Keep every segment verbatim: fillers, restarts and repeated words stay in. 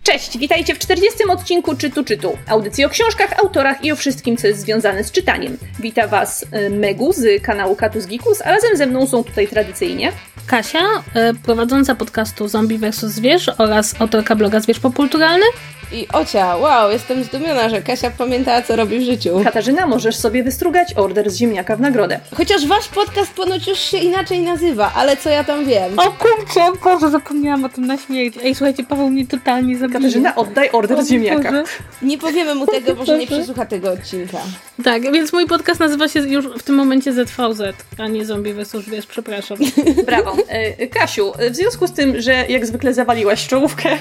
Cześć, witajcie w czterdziestym odcinku Czytu Czytu, audycji o książkach, autorach i o wszystkim, co jest związane z czytaniem. Wita was Megu z kanału Katus Gikus, a razem ze mną są tutaj tradycyjnie Kasia, prowadząca podcastu Zombie versus. Zwierz oraz autorka bloga Zwierz Popkulturalny. I Ocia, wow, jestem zdumiona, że Kasia pamiętała, co robi w życiu. Katarzyna, możesz sobie wystrugać order z ziemniaka w nagrodę. Chociaż wasz podcast ponoć już się inaczej nazywa, ale co ja tam wiem? O kurczę, Boże, zapomniałam o tym na śmierć. Ej, słuchajcie, Paweł mnie totalnie zabije. Katarzyna, oddaj order o, z ziemniaka. Boże. Nie powiemy mu tego, może nie przesłucha tego odcinka. Tak, więc mój podcast nazywa się już w tym momencie Z V Z, a nie Zombie versus. Zwierz, przepraszam. Brawo. Kasiu, w związku z tym, że jak zwykle zawaliłaś czołówkę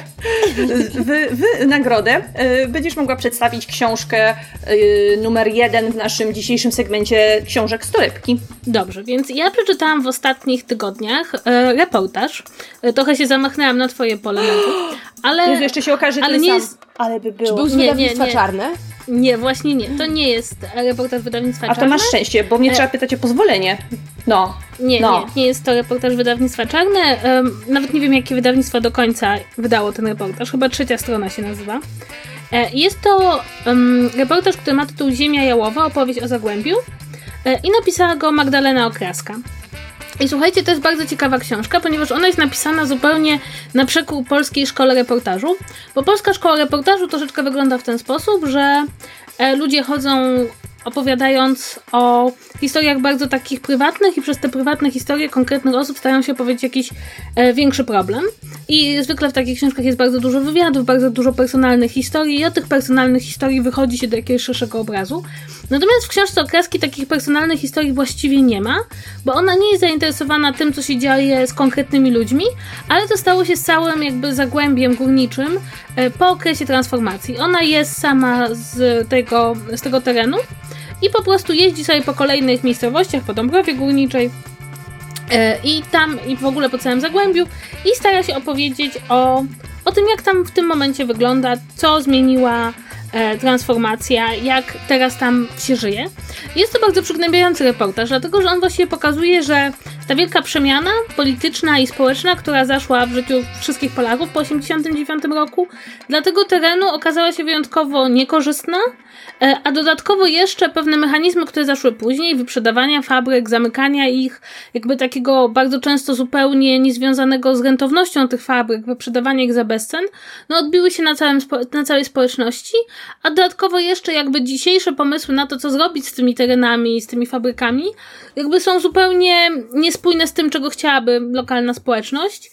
w, w nagrodę, będziesz mogła przedstawić książkę numer jeden w naszym dzisiejszym segmencie książek z torebki. Dobrze, więc ja przeczytałam w ostatnich tygodniach e, reportaż. E, trochę się zamachnęłam na twoje pole nogi, ale... Jezu, jeszcze się okaże, ale ten nie sam. jest... Ale by było. Czy był z wydawnictwa Czarne? Nie, właśnie nie. To nie jest reportaż wydawnictwa Czarne. A to masz szczęście, bo mnie e... trzeba pytać o pozwolenie. No. Nie, no. nie, nie jest to reportaż wydawnictwa Czarne. Um, nawet nie wiem, jakie wydawnictwo do końca wydało ten reportaż. Chyba Trzecia Strona się nazywa. E, jest to um, reportaż, który ma tytuł Ziemia jałowa, opowieść o Zagłębiu. E, I napisała go Magdalena Okraska. I słuchajcie, to jest bardzo ciekawa książka, ponieważ ona jest napisana zupełnie na przekór polskiej szkole reportażu, bo polska szkoła reportażu troszeczkę wygląda w ten sposób, że e, ludzie chodzą opowiadając o historiach bardzo takich prywatnych i przez te prywatne historie konkretnych osób starają się opowiedzieć jakiś e, większy problem. I zwykle w takich książkach jest bardzo dużo wywiadów, bardzo dużo personalnych historii i od tych personalnych historii wychodzi się do jakiegoś szerszego obrazu. Natomiast w książce Okraski takich personalnych historii właściwie nie ma, bo ona nie jest zainteresowana tym, co się dzieje z konkretnymi ludźmi, ale to stało się z całym jakby zagłębiem górniczym e, po okresie transformacji. Ona jest sama z tego, z tego terenu i po prostu jeździ sobie po kolejnych miejscowościach, po Dąbrowie Górniczej e, i tam, i w ogóle po całym Zagłębiu i stara się opowiedzieć o, o tym, jak tam w tym momencie wygląda, co zmieniła e, transformacja, jak teraz tam się żyje. Jest to bardzo przygnębiający reportaż, dlatego, że on właściwie pokazuje, że ta wielka przemiana polityczna i społeczna, która zaszła w życiu wszystkich Polaków po osiemdziesiątym dziewiątym roku, dla tego terenu okazała się wyjątkowo niekorzystna, a dodatkowo jeszcze pewne mechanizmy, które zaszły później, wyprzedawania fabryk, zamykania ich, jakby takiego bardzo często zupełnie niezwiązanego z rentownością tych fabryk, wyprzedawania ich za bezcen, no odbiły się na, całym, na całej społeczności, a dodatkowo jeszcze jakby dzisiejsze pomysły na to, co zrobić z tymi terenami, z tymi fabrykami, jakby są zupełnie niespójne z tym, czego chciałaby lokalna społeczność,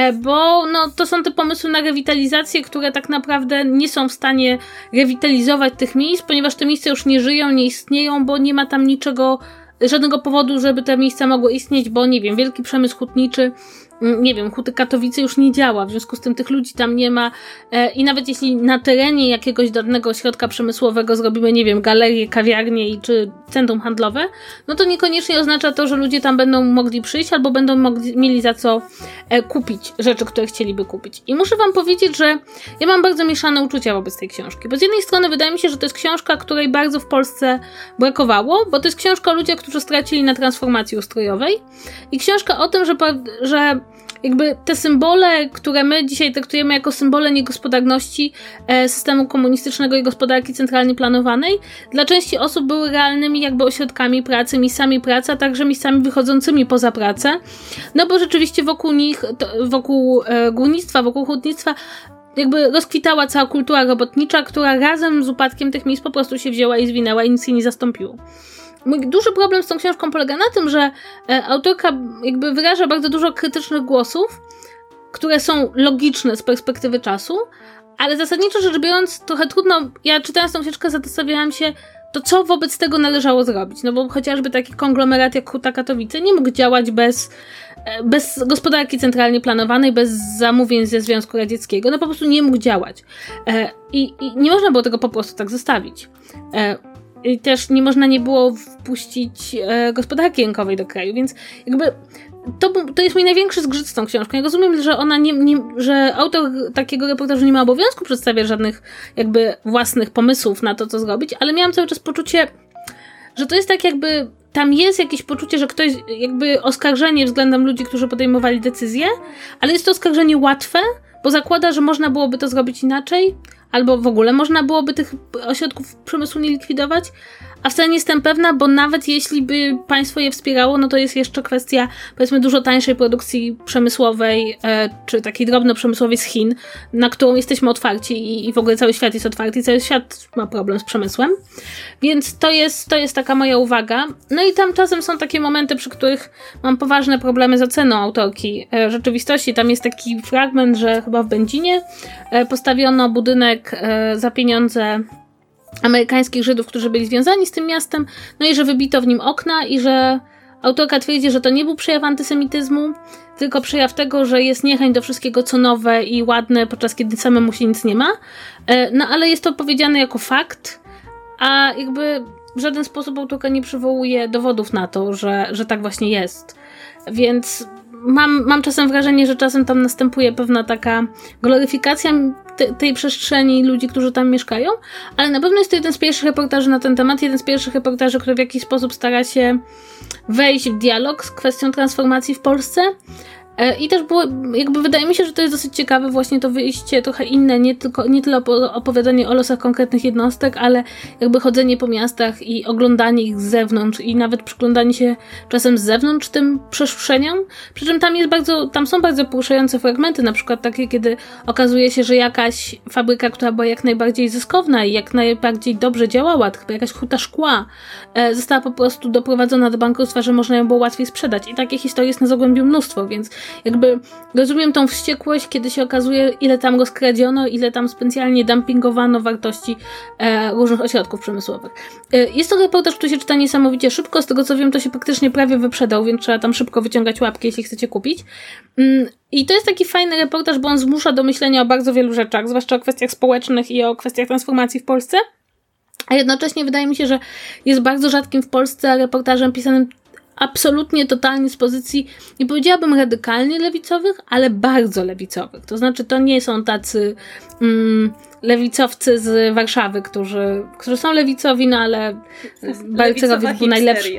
bo no, to są te pomysły na rewitalizację, które tak naprawdę nie są w stanie rewitalizować tych miejsc, ponieważ te miejsca już nie żyją, nie istnieją, bo nie ma tam niczego, żadnego powodu, żeby te miejsca mogły istnieć, bo nie wiem, wielki przemysł hutniczy, nie wiem, Huty Katowice już nie działa, w związku z tym tych ludzi tam nie ma e, i nawet jeśli na terenie jakiegoś danego ośrodka przemysłowego zrobimy, nie wiem, galerię, kawiarnię i, czy centrum handlowe, no to niekoniecznie oznacza to, że ludzie tam będą mogli przyjść albo będą mogli, mieli za co e, kupić rzeczy, które chcieliby kupić. I muszę wam powiedzieć, że ja mam bardzo mieszane uczucia wobec tej książki, bo z jednej strony wydaje mi się, że to jest książka, której bardzo w Polsce brakowało, bo to jest książka o ludziach, którzy stracili na transformacji ustrojowej i książka o tym, że, że jakby te symbole, które my dzisiaj traktujemy jako symbole niegospodarności e, systemu komunistycznego i gospodarki centralnie planowanej, dla części osób były realnymi jakby ośrodkami pracy, miejscami pracy, a także miejscami wychodzącymi poza pracę. No bo rzeczywiście wokół nich, to, wokół e, górnictwa, wokół hutnictwa jakby rozkwitała cała kultura robotnicza, która razem z upadkiem tych miejsc po prostu się wzięła i zwinęła i nic jej nie zastąpiło. Mój duży problem z tą książką polega na tym, że e, autorka jakby wyraża bardzo dużo krytycznych głosów, które są logiczne z perspektywy czasu, ale zasadniczo rzecz biorąc trochę trudno, ja czytając tą książkę zastanawiałam się, to co wobec tego należało zrobić, no bo chociażby taki konglomerat jak Huta Katowice nie mógł działać bez, e, bez gospodarki centralnie planowanej, bez zamówień ze Związku Radzieckiego, no po prostu nie mógł działać e, i, i nie można było tego po prostu tak zostawić. E, I też nie można nie było wpuścić e, gospodarki rynkowej do kraju, więc jakby to, to jest mój największy zgrzyt z tą książką. Ja rozumiem, że ona nie, nie, że autor takiego reportażu nie ma obowiązku przedstawiać żadnych jakby własnych pomysłów na to, co zrobić, ale miałam cały czas poczucie, że to jest tak jakby tam jest jakieś poczucie, że ktoś jakby oskarżenie względem ludzi, którzy podejmowali decyzje, ale jest to oskarżenie łatwe, bo zakłada, że można byłoby to zrobić inaczej, albo w ogóle można byłoby tych ośrodków przemysłu nie likwidować, a wcale nie jestem pewna, bo nawet jeśli by państwo je wspierało, no to jest jeszcze kwestia, powiedzmy, dużo tańszej produkcji przemysłowej, e, czy takiej drobno-przemysłowej z Chin, na którą jesteśmy otwarci i, i w ogóle cały świat jest otwarty i cały świat ma problem z przemysłem. Więc to jest, to jest taka moja uwaga. No i tam czasem są takie momenty, przy których mam poważne problemy z oceną autorki e, rzeczywistości. Tam jest taki fragment, że chyba w Będzinie e, postawiono budynek e, za pieniądze amerykańskich Żydów, którzy byli związani z tym miastem, no i że wybito w nim okna i że autorka twierdzi, że to nie był przejaw antysemityzmu, tylko przejaw tego, że jest niechęć do wszystkiego, co nowe i ładne, podczas kiedy samemu się nic nie ma. No ale jest to powiedziane jako fakt, a jakby w żaden sposób autorka nie przywołuje dowodów na to, że, że tak właśnie jest. Więc mam, mam czasem wrażenie, że czasem tam następuje pewna taka gloryfikacja te, tej przestrzeni ludzi, którzy tam mieszkają, ale na pewno jest to jeden z pierwszych reportaży na ten temat, jeden z pierwszych reportaży, który w jakiś sposób stara się wejść w dialog z kwestią transformacji w Polsce. I też było, jakby wydaje mi się, że to jest dosyć ciekawe właśnie to wyjście trochę inne, nie tylko nie tyle opowiadanie o losach konkretnych jednostek, ale jakby chodzenie po miastach i oglądanie ich z zewnątrz i nawet przyglądanie się czasem z zewnątrz tym przestrzeniom. Przy czym tam jest bardzo, tam są bardzo poruszające fragmenty, na przykład takie, kiedy okazuje się, że jakaś fabryka, która była jak najbardziej zyskowna i jak najbardziej dobrze działała, chyba jakaś huta szkła, e, została po prostu doprowadzona do bankructwa, że można ją było łatwiej sprzedać. I takie historie jest na Zagłębiu mnóstwo, więc jakby rozumiem tą wściekłość, kiedy się okazuje, ile tam rozkradziono, ile tam specjalnie dumpingowano wartości e, różnych ośrodków przemysłowych. E, jest to reportaż, który się czyta niesamowicie szybko, z tego co wiem, to się praktycznie prawie wyprzedał, więc trzeba tam szybko wyciągać łapki, jeśli chcecie kupić. Mm, I to jest taki fajny reportaż, bo on zmusza do myślenia o bardzo wielu rzeczach, zwłaszcza o kwestiach społecznych i o kwestiach transformacji w Polsce. A jednocześnie wydaje mi się, że jest bardzo rzadkim w Polsce reportażem pisanym absolutnie, totalnie z pozycji, nie powiedziałabym radykalnie lewicowych, ale bardzo lewicowych. To znaczy, to nie są tacy mm, lewicowcy z Warszawy, którzy, którzy są lewicowi, no ale Balcerowicz był najlepszy.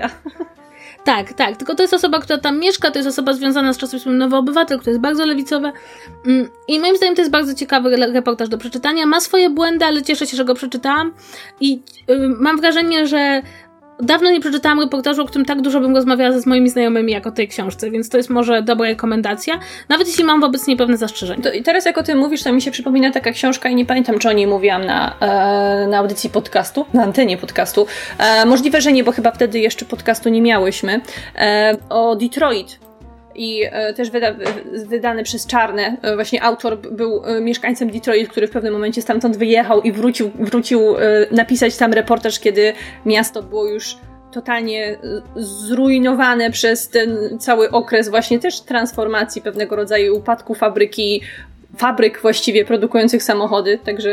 Tak, tak, tylko to jest osoba, która tam mieszka, to jest osoba związana z czasopismem Nowy Obywatel, który jest bardzo lewicowe i moim zdaniem to jest bardzo ciekawy reportaż do przeczytania. Ma swoje błędy, ale cieszę się, że go przeczytałam i yy, mam wrażenie, że dawno nie przeczytałam reportażu, o którym tak dużo bym rozmawiała ze moimi znajomymi jak o tej książce, więc to jest może dobra rekomendacja, nawet jeśli mam wobec niej pewne zastrzeżenia. To, i teraz jak o tym mówisz, to mi się przypomina taka książka i nie pamiętam, czy o niej mówiłam na, e, na audycji podcastu, na antenie podcastu. E, możliwe, że nie, bo chyba wtedy jeszcze podcastu nie miałyśmy. E, o Detroit. I e, też wyda, wydany przez Czarne. E, właśnie autor był e, mieszkańcem Detroit, który w pewnym momencie stamtąd wyjechał i wrócił, wrócił e, napisać tam reportaż, kiedy miasto było już totalnie zrujnowane przez ten cały okres właśnie też transformacji, pewnego rodzaju upadku fabryki, fabryk właściwie produkujących samochody, także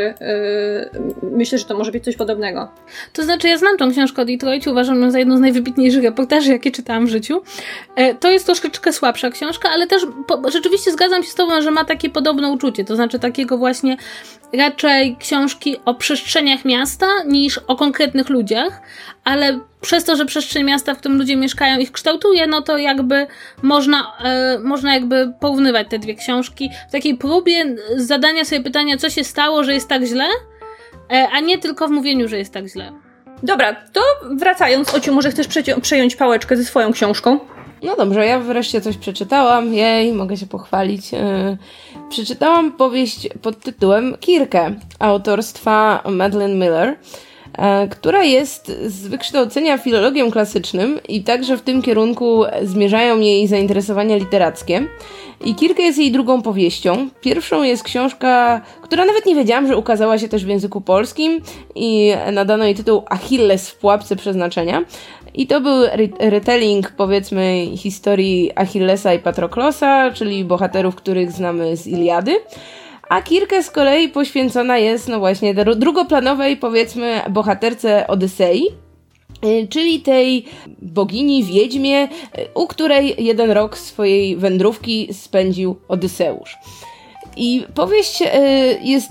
yy, myślę, że to może być coś podobnego. To znaczy, ja znam tą książkę o Detroitie, uważam ją za jedną z najwybitniejszych reportaży, jakie czytałam w życiu. E, to jest troszeczkę słabsza książka, ale też po, rzeczywiście zgadzam się z tobą, że ma takie podobne uczucie, to znaczy takiego właśnie raczej książki o przestrzeniach miasta niż o konkretnych ludziach, ale przez to, że przestrzeń miasta, w którym ludzie mieszkają, ich kształtuje, no to jakby można, e, można jakby porównywać te dwie książki w takiej próbie zadania sobie pytania, co się stało, że jest tak źle, e, a nie tylko w mówieniu, że jest tak źle. Dobra, to wracając, Ociu, może chcesz przeci- przejąć pałeczkę ze swoją książką? No dobrze, ja wreszcie coś przeczytałam, jej, mogę się pochwalić. Yy, przeczytałam powieść pod tytułem Kirkę, autorstwa Madeline Miller, yy, która jest z wykształcenia filologiem klasycznym i także w tym kierunku zmierzają jej zainteresowania literackie. I Kirkę jest jej drugą powieścią. Pierwszą jest książka, która nawet nie wiedziałam, że ukazała się też w języku polskim i nadano jej tytuł Achilles w pułapce przeznaczenia. I to był retelling, powiedzmy, historii Achillesa i Patroklosa, czyli bohaterów, których znamy z Iliady. A Kirkę z kolei poświęcona jest, no właśnie, drugoplanowej, powiedzmy, bohaterce Odysei, czyli tej bogini, wiedźmie, u której jeden rok swojej wędrówki spędził Odyseusz. I powieść jest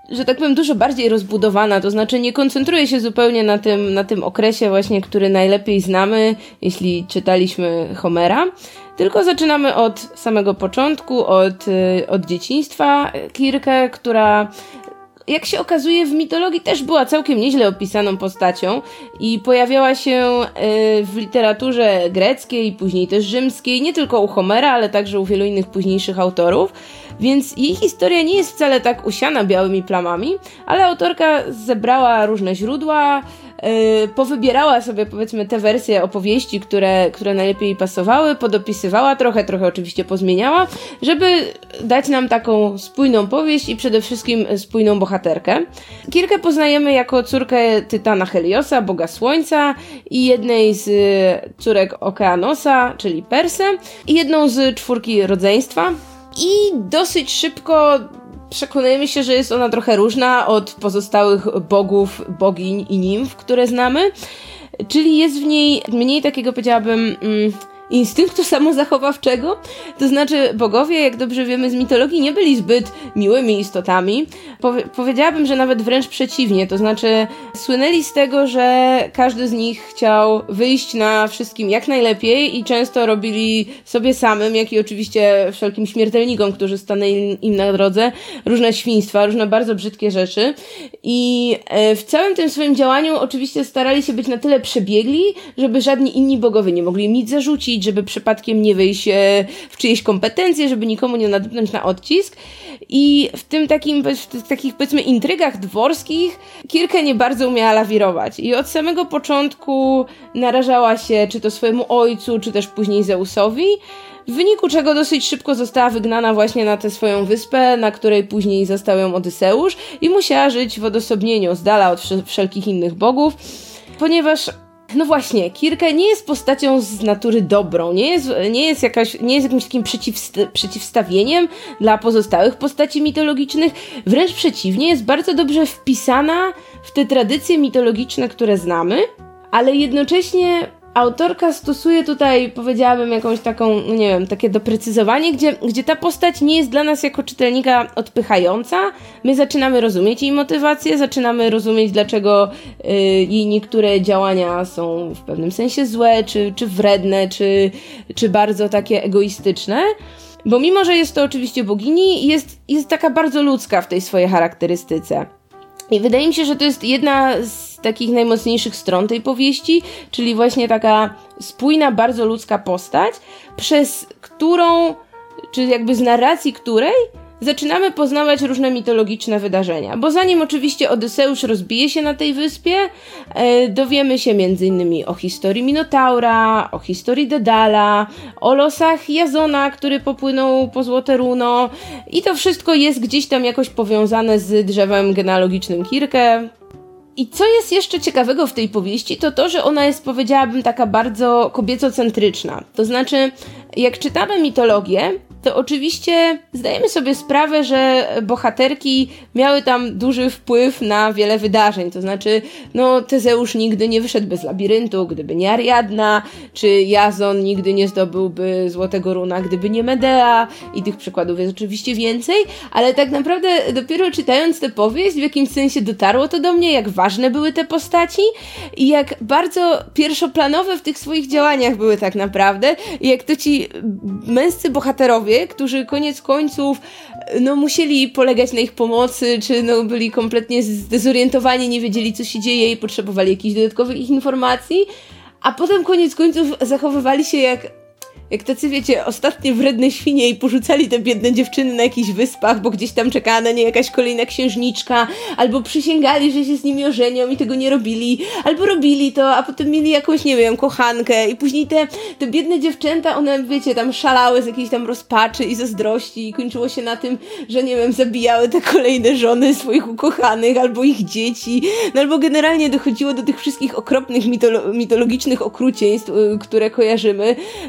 że tak powiem, dużo bardziej rozbudowana, to znaczy nie koncentruje się zupełnie na tym, na tym okresie właśnie, który najlepiej znamy, jeśli czytaliśmy Homera, tylko zaczynamy od samego początku, od, od dzieciństwa Kirke, która, jak się okazuje, w mitologii też była całkiem nieźle opisaną postacią i pojawiała się w literaturze greckiej, później też rzymskiej, nie tylko u Homera, ale także u wielu innych późniejszych autorów. Więc jej historia nie jest wcale tak usiana białymi plamami, ale autorka zebrała różne źródła, yy, powybierała sobie, powiedzmy, te wersje opowieści, które, które najlepiej jej pasowały, podopisywała trochę, trochę oczywiście pozmieniała, żeby dać nam taką spójną powieść i przede wszystkim spójną bohaterkę. Kirkę poznajemy jako córkę Tytana Heliosa, boga słońca, i jednej z córek Okeanosa, czyli Persę, i jedną z czwórki rodzeństwa. I dosyć szybko przekonujemy się, że jest ona trochę różna od pozostałych bogów, bogiń i nimf, które znamy. Czyli jest w niej mniej takiego, powiedziałabym, mm, instynktu samozachowawczego. To znaczy bogowie, jak dobrze wiemy z mitologii, nie byli zbyt miłymi istotami. Powie- powiedziałabym, że nawet wręcz przeciwnie. To znaczy słynęli z tego, że każdy z nich chciał wyjść na wszystkim jak najlepiej i często robili sobie samym, jak i oczywiście wszelkim śmiertelnikom, którzy stanęli im na drodze, różne świństwa, różne bardzo brzydkie rzeczy. I w całym tym swoim działaniu oczywiście starali się być na tyle przebiegli, żeby żadni inni bogowie nie mogli im nic zarzucić, żeby przypadkiem nie wyjść w czyjeś kompetencje, żeby nikomu nie nadepnąć na odcisk. I w tym takim, w tych takich, powiedzmy, intrygach dworskich Kirke nie bardzo umiała lawirować. I od samego początku narażała się czy to swojemu ojcu, czy też później Zeusowi, w wyniku czego dosyć szybko została wygnana właśnie na tę swoją wyspę, na której później zastał ją Odyseusz, i musiała żyć w odosobnieniu, z dala od wszelkich innych bogów, ponieważ no właśnie, Kirke nie jest postacią z natury dobrą, nie jest, nie jest, jakaś, nie jest jakimś takim przeciwsta- przeciwstawieniem dla pozostałych postaci mitologicznych, wręcz przeciwnie, jest bardzo dobrze wpisana w te tradycje mitologiczne, które znamy, ale jednocześnie autorka stosuje tutaj, powiedziałabym, jakąś taką, no nie wiem, takie doprecyzowanie, gdzie, gdzie ta postać nie jest dla nas jako czytelnika odpychająca. My zaczynamy rozumieć jej motywację, zaczynamy rozumieć, dlaczego y, jej niektóre działania są w pewnym sensie złe, czy, czy wredne, czy, czy bardzo takie egoistyczne. Bo mimo, że jest to oczywiście bogini, jest, jest taka bardzo ludzka w tej swojej charakterystyce. I wydaje mi się, że to jest jedna z takich najmocniejszych stron tej powieści, czyli właśnie taka spójna, bardzo ludzka postać, przez którą, czy jakby z narracji której zaczynamy poznawać różne mitologiczne wydarzenia. Bo zanim oczywiście Odyseusz rozbije się na tej wyspie, e, dowiemy się między innymi o historii Minotaura, o historii Dedala, o losach Jazona, który popłynął po Złote Runo, i to wszystko jest gdzieś tam jakoś powiązane z drzewem genealogicznym Kirke. I co jest jeszcze ciekawego w tej powieści, to to, że ona jest, powiedziałabym, taka bardzo kobiecocentryczna. To znaczy, jak czytamy mitologię, to oczywiście zdajemy sobie sprawę, że bohaterki miały tam duży wpływ na wiele wydarzeń. To znaczy, no, Tezeusz nigdy nie wyszedłby z labiryntu, gdyby nie Ariadna, czy Jazon nigdy nie zdobyłby Złotego Runa, gdyby nie Medea, i tych przykładów jest oczywiście więcej, ale tak naprawdę dopiero czytając tę powieść, w jakimś sensie dotarło to do mnie, jak ważne były te postaci i jak bardzo pierwszoplanowe w tych swoich działaniach były tak naprawdę, i jak to ci męscy bohaterowie, którzy koniec końców no musieli polegać na ich pomocy, czy no byli kompletnie zdezorientowani, nie wiedzieli, co się dzieje i potrzebowali jakichś dodatkowych ich informacji, a potem koniec końców zachowywali się jak jak tacy, wiecie, ostatnie wredne świnie i porzucali te biedne dziewczyny na jakichś wyspach, bo gdzieś tam czekała na nie jakaś kolejna księżniczka, albo przysięgali, że się z nimi ożenią i tego nie robili, albo robili to, a potem mieli jakąś, nie wiem, kochankę i później te, te biedne dziewczęta, one, wiecie, tam szalały z jakiejś tam rozpaczy i zazdrości i kończyło się na tym, że, nie wiem, zabijały te kolejne żony swoich ukochanych, albo ich dzieci, no albo generalnie dochodziło do tych wszystkich okropnych mitolo- mitologicznych okrucieństw, które kojarzymy, no bo tam zawsze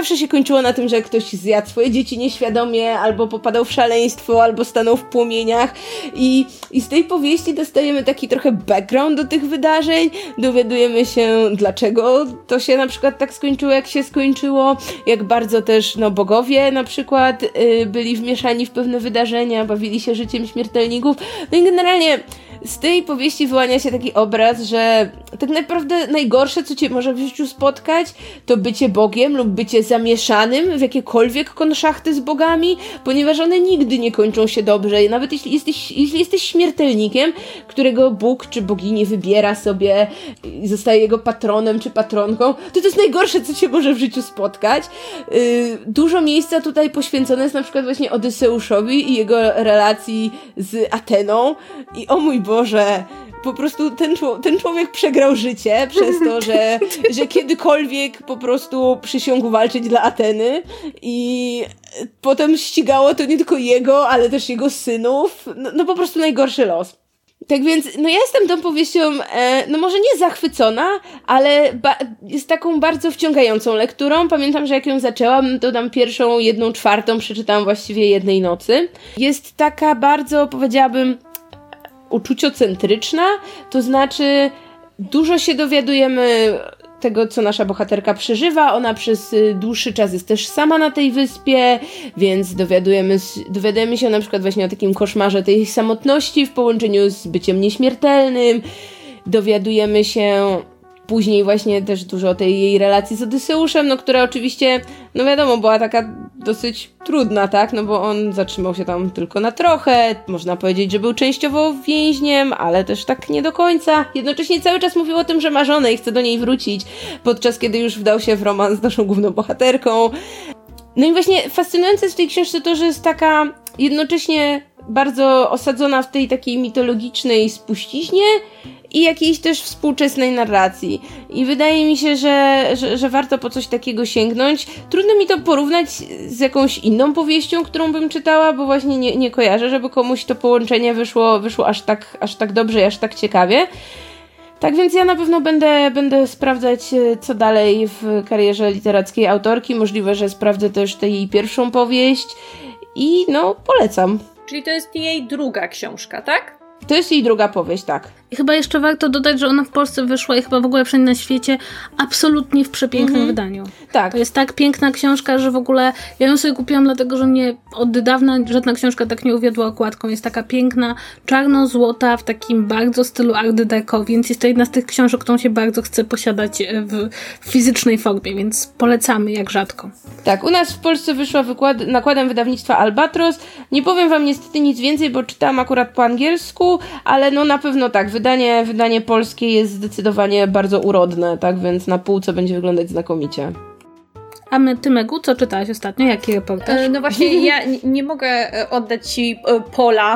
zawsze się kończyło na tym, że ktoś zjadł swoje dzieci nieświadomie, albo popadał w szaleństwo, albo stanął w płomieniach i, i z tej powieści dostajemy taki trochę background do tych wydarzeń, dowiadujemy się, dlaczego to się na przykład tak skończyło, jak się skończyło, jak bardzo też, no, bogowie na przykład yy, byli wmieszani w pewne wydarzenia, bawili się życiem śmiertelników. No i generalnie z tej powieści wyłania się taki obraz, że tak naprawdę najgorsze, co cię może w życiu spotkać, to bycie Bogiem lub bycie zamieszanym w jakiekolwiek konszachty z bogami, ponieważ one nigdy nie kończą się dobrze. Nawet jeśli jesteś, jeśli jesteś śmiertelnikiem, którego Bóg czy bogini wybiera sobie i zostaje jego patronem czy patronką, to to jest najgorsze, co cię może w życiu spotkać. Yy, dużo miejsca tutaj poświęcone jest na przykład właśnie Odyseuszowi i jego relacji z Ateną i o mój Boże, po prostu ten, ten człowiek przegrał życie przez to, że, że kiedykolwiek po prostu przysiągł walczyć dla Ateny i potem ścigało to nie tylko jego, ale też jego synów. No, no po prostu najgorszy los. Tak więc, no ja jestem tą powieścią, e, no może nie zachwycona, ale ba- jest taką bardzo wciągającą lekturą. Pamiętam, że jak ją zaczęłam, to tam pierwszą, jedną czwartą przeczytałam właściwie jednej nocy. Jest taka bardzo, powiedziałabym, uczuciocentryczna, to znaczy dużo się dowiadujemy tego, co nasza bohaterka przeżywa. Ona przez dłuższy czas jest też sama na tej wyspie, więc dowiadujemy, dowiadujemy się na przykład właśnie o takim koszmarze tej samotności w połączeniu z byciem nieśmiertelnym. Dowiadujemy się później właśnie też dużo o tej jej relacji z Odyseuszem, no która oczywiście, no wiadomo, była taka dosyć trudna, tak, no bo on zatrzymał się tam tylko na trochę, można powiedzieć, że był częściowo więźniem, ale też tak nie do końca. Jednocześnie cały czas mówił o tym, że ma żonę i chce do niej wrócić, podczas kiedy już wdał się w romans z naszą główną bohaterką. No i właśnie fascynujące jest w tej książce to, że jest taka jednocześnie bardzo osadzona w tej takiej mitologicznej spuściźnie i jakiejś też współczesnej narracji. I wydaje mi się, że, że, że warto po coś takiego sięgnąć. Trudno mi to porównać z jakąś inną powieścią, którą bym czytała, bo właśnie nie, nie kojarzę, żeby komuś to połączenie wyszło, wyszło aż tak, aż tak dobrze i aż tak ciekawie. Tak więc ja na pewno będę, będę sprawdzać, co dalej w karierze literackiej autorki. Możliwe, że sprawdzę też tę jej pierwszą powieść i no, polecam. Czyli to jest jej druga książka, tak? To jest jej druga powieść, tak. I chyba jeszcze warto dodać, że ona w Polsce wyszła i chyba w ogóle wszędzie na świecie absolutnie w przepięknym mhm. wydaniu. Tak. To jest tak piękna książka, że w ogóle ja ją sobie kupiłam dlatego, że mnie od dawna żadna książka tak nie uwiodła okładką. Jest taka piękna, czarno-złota, w takim bardzo stylu Art Deco, więc jest to jedna z tych książek, którą się bardzo chce posiadać w fizycznej formie, więc polecamy jak rzadko. Tak, u nas w Polsce wyszła wykład, nakładem wydawnictwa Albatros. Nie powiem wam niestety nic więcej, bo czytałam akurat po angielsku, ale no na pewno tak, wydanie, wydanie polskie jest zdecydowanie bardzo urodne, tak, więc na półce będzie wyglądać znakomicie. A my, ty, Megu, co czytałaś ostatnio? Jaki reportaż? No właśnie, ja nie mogę oddać ci pola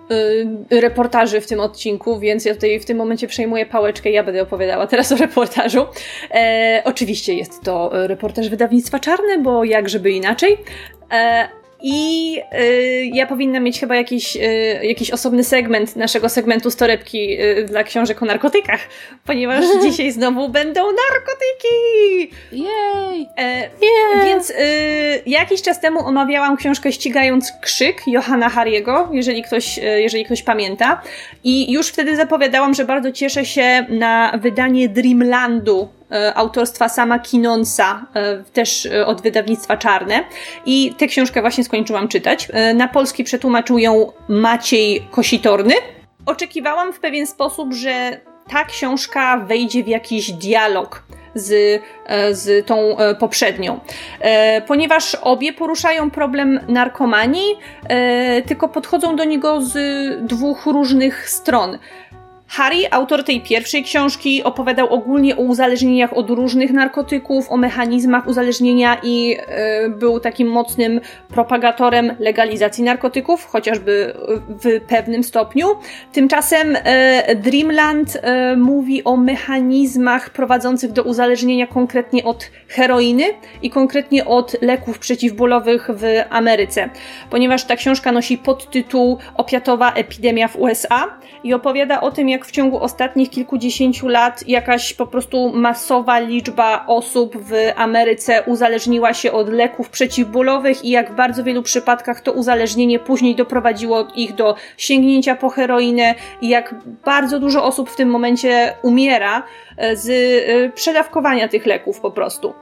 reportaży w tym odcinku, więc ja tutaj w tym momencie przejmuję pałeczkę i ja będę opowiadała teraz o reportażu. E, oczywiście jest to reportaż wydawnictwa Czarne, bo jakżeby inaczej. E, I y, ja powinnam mieć chyba jakiś, y, jakiś osobny segment naszego segmentu z torebki y, dla książek o narkotykach, ponieważ dzisiaj znowu będą narkotyki! Jej! E, yeah. Więc y, jakiś czas temu omawiałam książkę Ścigając krzyk Johanna Hariego, jeżeli ktoś, y, jeżeli ktoś pamięta. I już wtedy zapowiadałam, że bardzo cieszę się na wydanie Dreamlandu autorstwa Sama Kinonsa, też od wydawnictwa Czarne. I tę książkę właśnie skończyłam czytać. Na polski przetłumaczył ją Maciej Kositorny. Oczekiwałam w pewien sposób, że ta książka wejdzie w jakiś dialog z, z tą poprzednią. Ponieważ obie poruszają problem narkomanii, tylko podchodzą do niego z dwóch różnych stron. Harry, autor tej pierwszej książki, opowiadał ogólnie o uzależnieniach od różnych narkotyków, o mechanizmach uzależnienia i y, był takim mocnym propagatorem legalizacji narkotyków, chociażby w pewnym stopniu. Tymczasem y, Dreamland y, mówi o mechanizmach prowadzących do uzależnienia konkretnie od heroiny i konkretnie od leków przeciwbólowych w Ameryce. Ponieważ ta książka nosi podtytuł Opiatowa epidemia w U S A i opowiada o tym, jak jak w ciągu ostatnich kilkudziesięciu lat jakaś po prostu masowa liczba osób w Ameryce uzależniła się od leków przeciwbólowych i jak w bardzo wielu przypadkach to uzależnienie później doprowadziło ich do sięgnięcia po heroinę i jak bardzo dużo osób w tym momencie umiera z przedawkowania tych leków po prostu.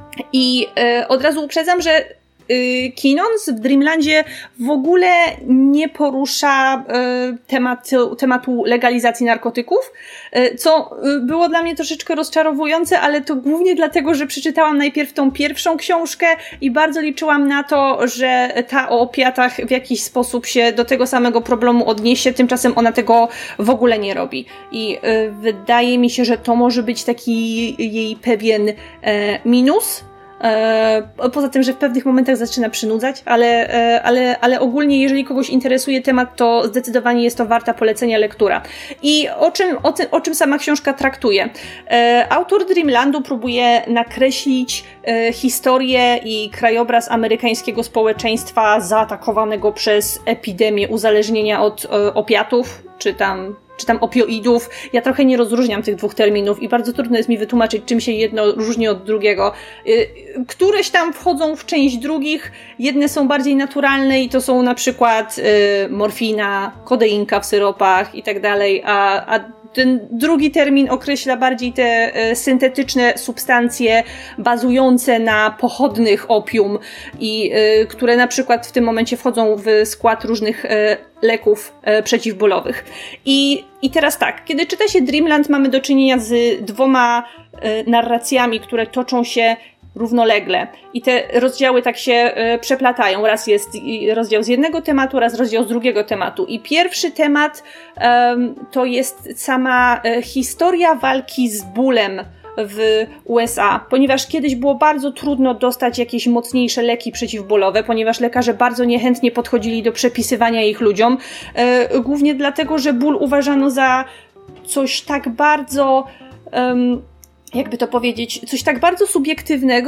I e, od razu uprzedzam, że e, Kinons w Dreamlandzie w ogóle nie porusza e, tematu, tematu legalizacji narkotyków, e, co było dla mnie troszeczkę rozczarowujące, ale to głównie dlatego, że przeczytałam najpierw tą pierwszą książkę i bardzo liczyłam na to, że ta o opiatach w jakiś sposób się do tego samego problemu odniesie, tymczasem ona tego w ogóle nie robi. I e, wydaje mi się, że to może być taki jej pewien e, minus. Poza tym, że w pewnych momentach zaczyna przynudzać, ale, ale, ale ogólnie jeżeli kogoś interesuje temat, to zdecydowanie jest to warta polecenia lektura. I o czym, o tym, o czym sama książka traktuje? Autor Dreamlandu próbuje nakreślić historię i krajobraz amerykańskiego społeczeństwa zaatakowanego przez epidemię uzależnienia od opiatów, czy tam czy tam opioidów. Ja trochę nie rozróżniam tych dwóch terminów i bardzo trudno jest mi wytłumaczyć, czym się jedno różni od drugiego. Któreś tam wchodzą w część drugich, jedne są bardziej naturalne i to są na przykład morfina, kodeinka w syropach i tak dalej, a, a ten drugi termin określa bardziej te syntetyczne substancje bazujące na pochodnych opium i y, które na przykład w tym momencie wchodzą w skład różnych y, leków y, przeciwbólowych. I, I teraz tak, kiedy czyta się Dreamland, mamy do czynienia z dwoma y, narracjami, które toczą się równolegle. I te rozdziały tak się y, przeplatają. Raz jest rozdział z jednego tematu, raz rozdział z drugiego tematu. I pierwszy temat y, to jest sama y, historia walki z bólem w U S A, ponieważ kiedyś było bardzo trudno dostać jakieś mocniejsze leki przeciwbólowe, ponieważ lekarze bardzo niechętnie podchodzili do przepisywania ich ludziom, y, głównie dlatego, że ból uważano za coś tak bardzo um, jakby to powiedzieć, coś tak bardzo subiektywnego,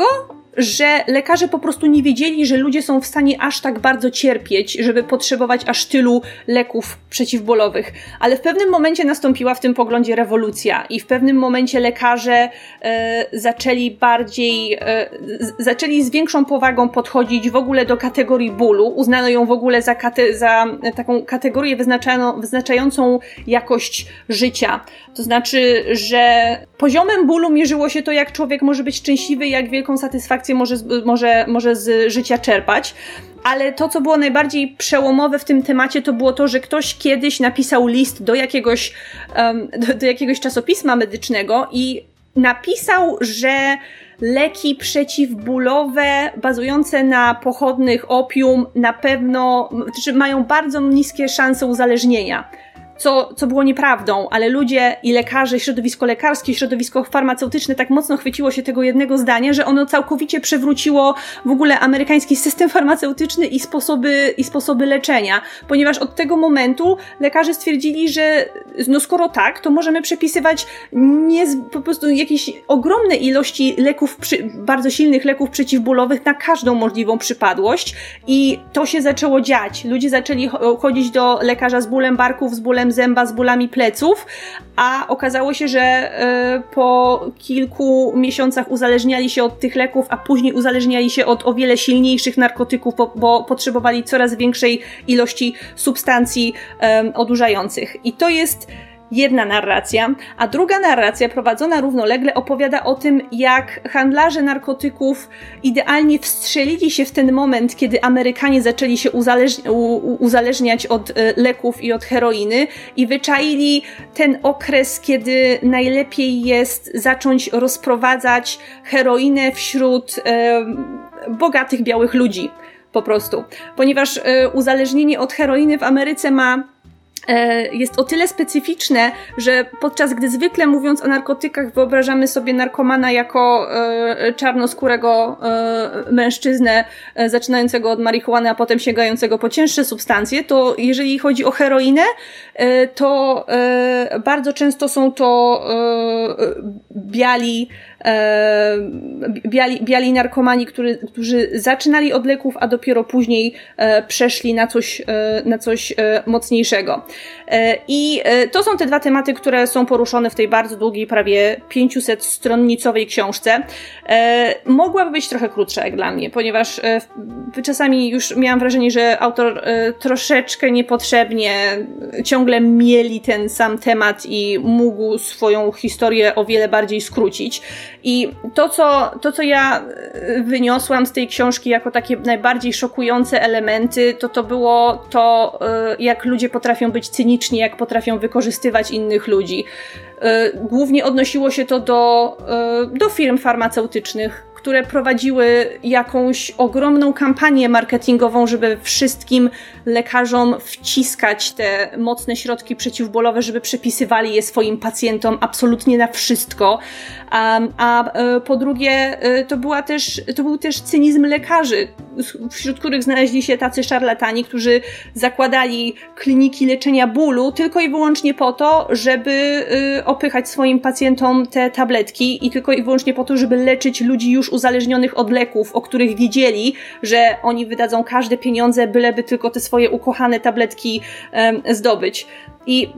że lekarze po prostu nie wiedzieli, że ludzie są w stanie aż tak bardzo cierpieć, żeby potrzebować aż tylu leków przeciwbólowych. Ale w pewnym momencie nastąpiła w tym poglądzie rewolucja i w pewnym momencie lekarze e, zaczęli bardziej, e, z, zaczęli z większą powagą podchodzić w ogóle do kategorii bólu. Uznano ją w ogóle za, kate, za taką kategorię wyznaczającą jakość życia. To znaczy, że poziomem bólu mierzyło się to, jak człowiek może być szczęśliwy, jak wielką satysfakcję może, może, może z życia czerpać. Ale to, co było najbardziej przełomowe w tym temacie, to było to, że ktoś kiedyś napisał list do jakiegoś, um, do, do jakiegoś czasopisma medycznego i napisał, że leki przeciwbólowe bazujące na pochodnych opium na pewno, znaczy mają bardzo niskie szanse uzależnienia. Co, co było nieprawdą, ale ludzie i lekarze, środowisko lekarskie, środowisko farmaceutyczne tak mocno chwyciło się tego jednego zdania, że ono całkowicie przewróciło w ogóle amerykański system farmaceutyczny i sposoby, i sposoby leczenia, ponieważ od tego momentu lekarze stwierdzili, że no skoro tak, to możemy przepisywać nie, po prostu jakieś ogromne ilości leków, przy, bardzo silnych leków przeciwbólowych na każdą możliwą przypadłość i to się zaczęło dziać. Ludzie zaczęli chodzić do lekarza z bólem barków, z bólem zęba, z bólami pleców, a okazało się, że y, po kilku miesiącach uzależniali się od tych leków, a później uzależniali się od o wiele silniejszych narkotyków, bo, bo potrzebowali coraz większej ilości substancji y, odurzających. I to jest jedna narracja, a druga narracja prowadzona równolegle opowiada o tym, jak handlarze narkotyków idealnie wstrzelili się w ten moment, kiedy Amerykanie zaczęli się uzależni- u- uzależniać od y, leków i od heroiny i wyczaili ten okres, kiedy najlepiej jest zacząć rozprowadzać heroinę wśród y, bogatych białych ludzi po prostu. Ponieważ y, uzależnienie od heroiny w Ameryce ma jest o tyle specyficzne, że podczas gdy zwykle mówiąc o narkotykach wyobrażamy sobie narkomana jako e, czarnoskórego e, mężczyznę e, zaczynającego od marihuany, a potem sięgającego po cięższe substancje, to jeżeli chodzi o heroinę, e, to e, bardzo często są to e, biali e, biali, biali narkomani, który, którzy zaczynali od leków, a dopiero później e, przeszli na coś, e, na coś e, mocniejszego. E, I e, to są te dwa tematy, które są poruszone w tej bardzo długiej, prawie pięciuset stronnicowej książce. E, mogłaby być trochę krótsza jak dla mnie, ponieważ e, czasami już miałam wrażenie, że autor e, troszeczkę niepotrzebnie ciągle mieli ten sam temat i mógł swoją historię o wiele bardziej skrócić. I to, co, to, co ja wyniosłam z tej książki jako takie najbardziej szokujące elementy, to to było to, jak ludzie potrafią być cyniczni, jak potrafią wykorzystywać innych ludzi. Głównie odnosiło się to do, do firm farmaceutycznych, które prowadziły jakąś ogromną kampanię marketingową, żeby wszystkim lekarzom wciskać te mocne środki przeciwbólowe, żeby przepisywali je swoim pacjentom absolutnie na wszystko. A, a po drugie, to, była też, to był też cynizm lekarzy, wśród których znaleźli się tacy szarlatani, którzy zakładali kliniki leczenia bólu tylko i wyłącznie po to, żeby opychać swoim pacjentom te tabletki i tylko i wyłącznie po to, żeby leczyć ludzi już uzależnionych od leków, o których wiedzieli, że oni wydadzą każde pieniądze, byleby tylko te swoje ukochane tabletki um, zdobyć. I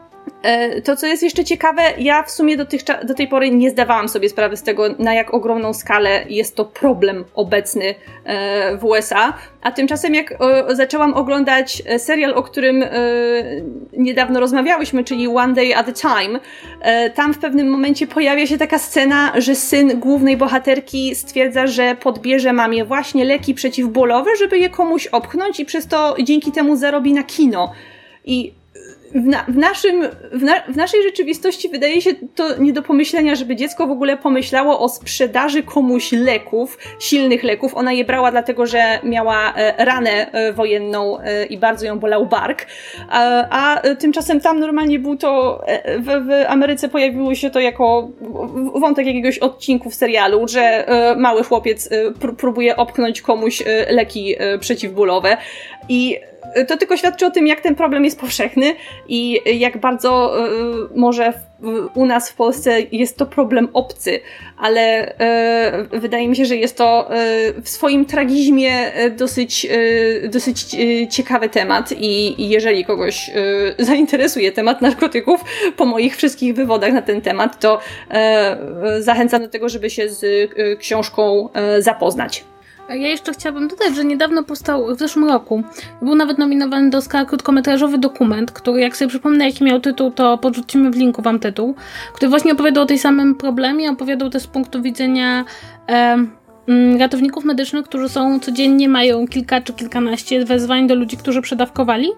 to, co jest jeszcze ciekawe, ja w sumie dotychczas, do tej pory nie zdawałam sobie sprawy z tego, na jak ogromną skalę jest to problem obecny w U S A, a tymczasem jak zaczęłam oglądać serial, o którym niedawno rozmawiałyśmy, czyli One Day at a Time, tam w pewnym momencie pojawia się taka scena, że syn głównej bohaterki stwierdza, że podbierze mamie właśnie leki przeciwbólowe, żeby je komuś opchnąć i przez to dzięki temu zarobi na kino. I W, na, w, naszym, w, na, w naszej rzeczywistości wydaje się to nie do pomyślenia, żeby dziecko w ogóle pomyślało o sprzedaży komuś leków, silnych leków. Ona je brała dlatego, że miała e, ranę e, wojenną e, i bardzo ją bolał bark. A, a tymczasem tam normalnie był to, e, w, w Ameryce pojawiło się to jako wątek jakiegoś odcinku w serialu, że e, mały chłopiec e, pr- próbuje opchnąć komuś e, leki e, przeciwbólowe. I to tylko świadczy o tym, jak ten problem jest powszechny i jak bardzo y, może w, u nas w Polsce jest to problem obcy, ale y, wydaje mi się, że jest to y, w swoim tragizmie dosyć, y, dosyć y, ciekawy temat i, i jeżeli kogoś y, zainteresuje temat narkotyków po moich wszystkich wywodach na ten temat, to y, zachęcam do tego, żeby się z y, książką y, zapoznać. Ja jeszcze chciałabym dodać, że niedawno powstał, w zeszłym roku, był nawet nominowany do Oscara krótkometrażowy dokument, który, jak sobie przypomnę, jaki miał tytuł, to podrzucimy w linku wam tytuł, który właśnie opowiadał o tej samym problemie, opowiadał też z punktu widzenia e, ratowników medycznych, którzy są codziennie, mają kilka czy kilkanaście wezwań do ludzi, którzy przedawkowali.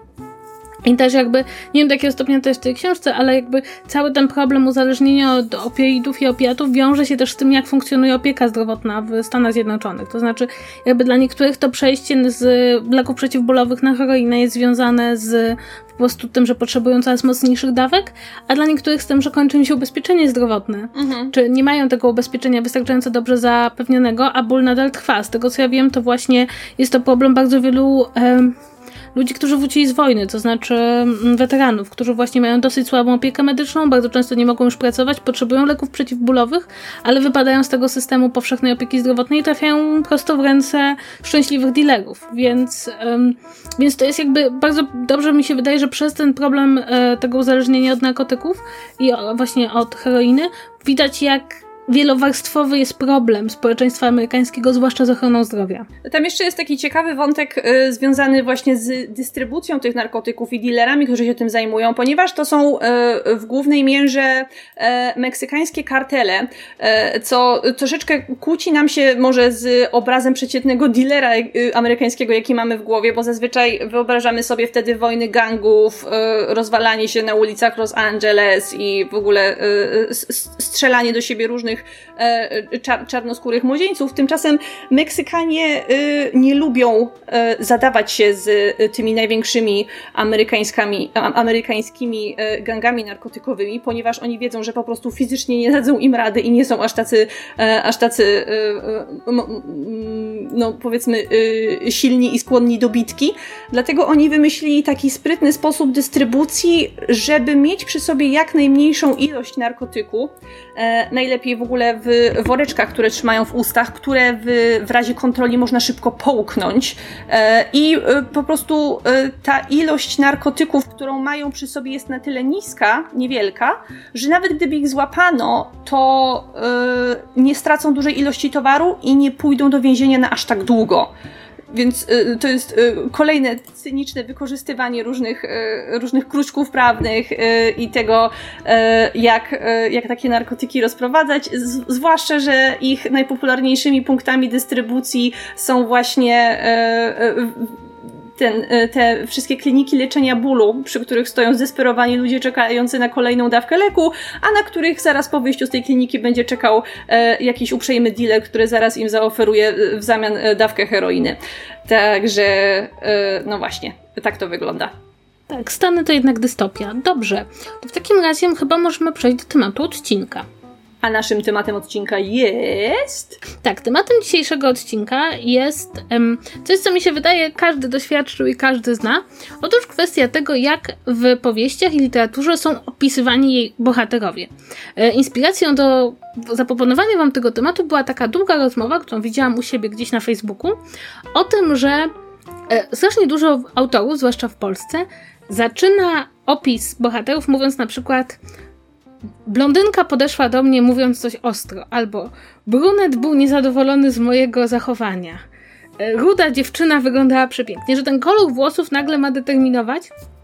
I też jakby, nie wiem do jakiego stopnia to jest w tej książce, ale jakby cały ten problem uzależnienia od opioidów i opiatów wiąże się też z tym, jak funkcjonuje opieka zdrowotna w Stanach Zjednoczonych. To znaczy, jakby dla niektórych to przejście z leków przeciwbólowych na heroinę jest związane z po prostu tym, że potrzebują coraz mocniejszych dawek, a dla niektórych z tym, że kończy im się ubezpieczenie zdrowotne. Mhm. Czy nie mają tego ubezpieczenia wystarczająco dobrze zapewnionego, a ból nadal trwa. Z tego, co ja wiem, to właśnie jest to problem bardzo wielu em, ludzi, którzy wrócili z wojny, to znaczy weteranów, którzy właśnie mają dosyć słabą opiekę medyczną, bardzo często nie mogą już pracować, potrzebują leków przeciwbólowych, ale wypadają z tego systemu powszechnej opieki zdrowotnej i trafiają prosto w ręce szczęśliwych dealerów. Więc, um, więc to jest jakby bardzo dobrze mi się wydaje, że przez ten problem e, tego uzależnienia od narkotyków i o, właśnie od heroiny widać, jak wielowarstwowy jest problem społeczeństwa amerykańskiego, zwłaszcza z ochroną zdrowia. Tam jeszcze jest taki ciekawy wątek y, związany właśnie z dystrybucją tych narkotyków i dealerami, którzy się tym zajmują, ponieważ to są y, w głównej mierze y, meksykańskie kartele, y, co troszeczkę kłóci nam się może z obrazem przeciętnego dealera y, amerykańskiego, jaki mamy w głowie, bo zazwyczaj wyobrażamy sobie wtedy wojny gangów, y, rozwalanie się na ulicach Los Angeles i w ogóle y, strzelanie do siebie różnych Czar- czarnoskórych młodzieńców. Tymczasem Meksykanie y, nie lubią y, zadawać się z y, tymi największymi amerykańskimi, a, amerykańskimi y, gangami narkotykowymi, ponieważ oni wiedzą, że po prostu fizycznie nie dadzą im rady i nie są aż tacy, y, aż tacy y, y, y, no powiedzmy y, silni i skłonni do bitki. Dlatego oni wymyślili taki sprytny sposób dystrybucji, żeby mieć przy sobie jak najmniejszą ilość narkotyku. Y, najlepiej w ogóle ogóle w woreczkach, które trzymają w ustach, które w, w razie kontroli można szybko połknąć i po prostu ta ilość narkotyków, którą mają przy sobie jest na tyle niska, niewielka, że nawet gdyby ich złapano, to nie stracą dużej ilości towaru i nie pójdą do więzienia na aż tak długo. Więc y, to jest y, kolejne cyniczne wykorzystywanie różnych, y, różnych kruczków prawnych y, i tego, y, jak, y, jak takie narkotyki rozprowadzać, z, zwłaszcza, że ich najpopularniejszymi punktami dystrybucji są właśnie y, y, ten, te wszystkie kliniki leczenia bólu, przy których stoją zdesperowani ludzie czekający na kolejną dawkę leku, a na których zaraz po wyjściu z tej kliniki będzie czekał e, jakiś uprzejmy dealer, który zaraz im zaoferuje w zamian dawkę heroiny. Także, e, no właśnie, tak to wygląda. Tak, Stany to jednak dystopia. Dobrze, to w takim razie chyba możemy przejść do tematu odcinka. A naszym tematem odcinka jest... Tak, tematem dzisiejszego odcinka jest um, coś, co mi się wydaje każdy doświadczył i każdy zna. Otóż kwestia tego, jak w powieściach i literaturze są opisywani jej bohaterowie. E, inspiracją do zaproponowania wam tego tematu była taka długa rozmowa, którą widziałam u siebie gdzieś na Facebooku, o tym, że e, strasznie dużo autorów, zwłaszcza w Polsce, zaczyna opis bohaterów mówiąc na przykład: blondynka podeszła do mnie mówiąc coś ostro, albo brunet był niezadowolony z mojego zachowania, ruda dziewczyna wyglądała przepięknie, że ten kolor włosów nagle ma determinować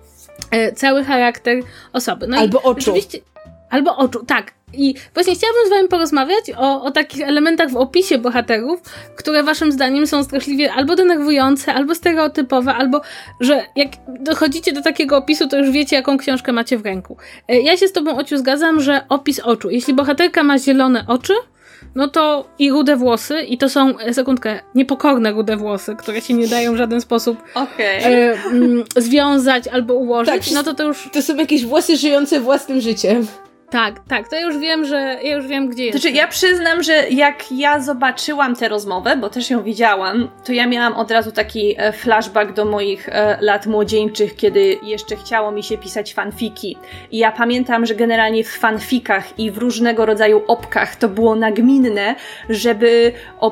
e, cały charakter osoby. No albo i oczu. Oczywiście, albo oczu, tak. I właśnie chciałabym z wami porozmawiać o, o takich elementach w opisie bohaterów, które waszym zdaniem są straszliwie albo denerwujące, albo stereotypowe, albo że jak dochodzicie do takiego opisu, to już wiecie, jaką książkę macie w ręku. Ja się z tobą, Ociu, zgadzam, że opis oczu. Jeśli bohaterka ma zielone oczy, no to i rude włosy, i to są, sekundkę, niepokorne rude włosy, które się nie dają w żaden sposób okay. e, m, związać albo ułożyć, tak, no to to już... To są jakieś włosy żyjące własnym życiem. Tak, tak, to ja już wiem, że ja już wiem, gdzie jest. Znaczy, ja przyznam, że jak ja zobaczyłam tę rozmowę, bo też ją widziałam, to ja miałam od razu taki flashback do moich e, lat młodzieńczych, kiedy jeszcze chciało mi się pisać fanfiki. I ja pamiętam, że generalnie w fanfikach i w różnego rodzaju opkach to było nagminne, żeby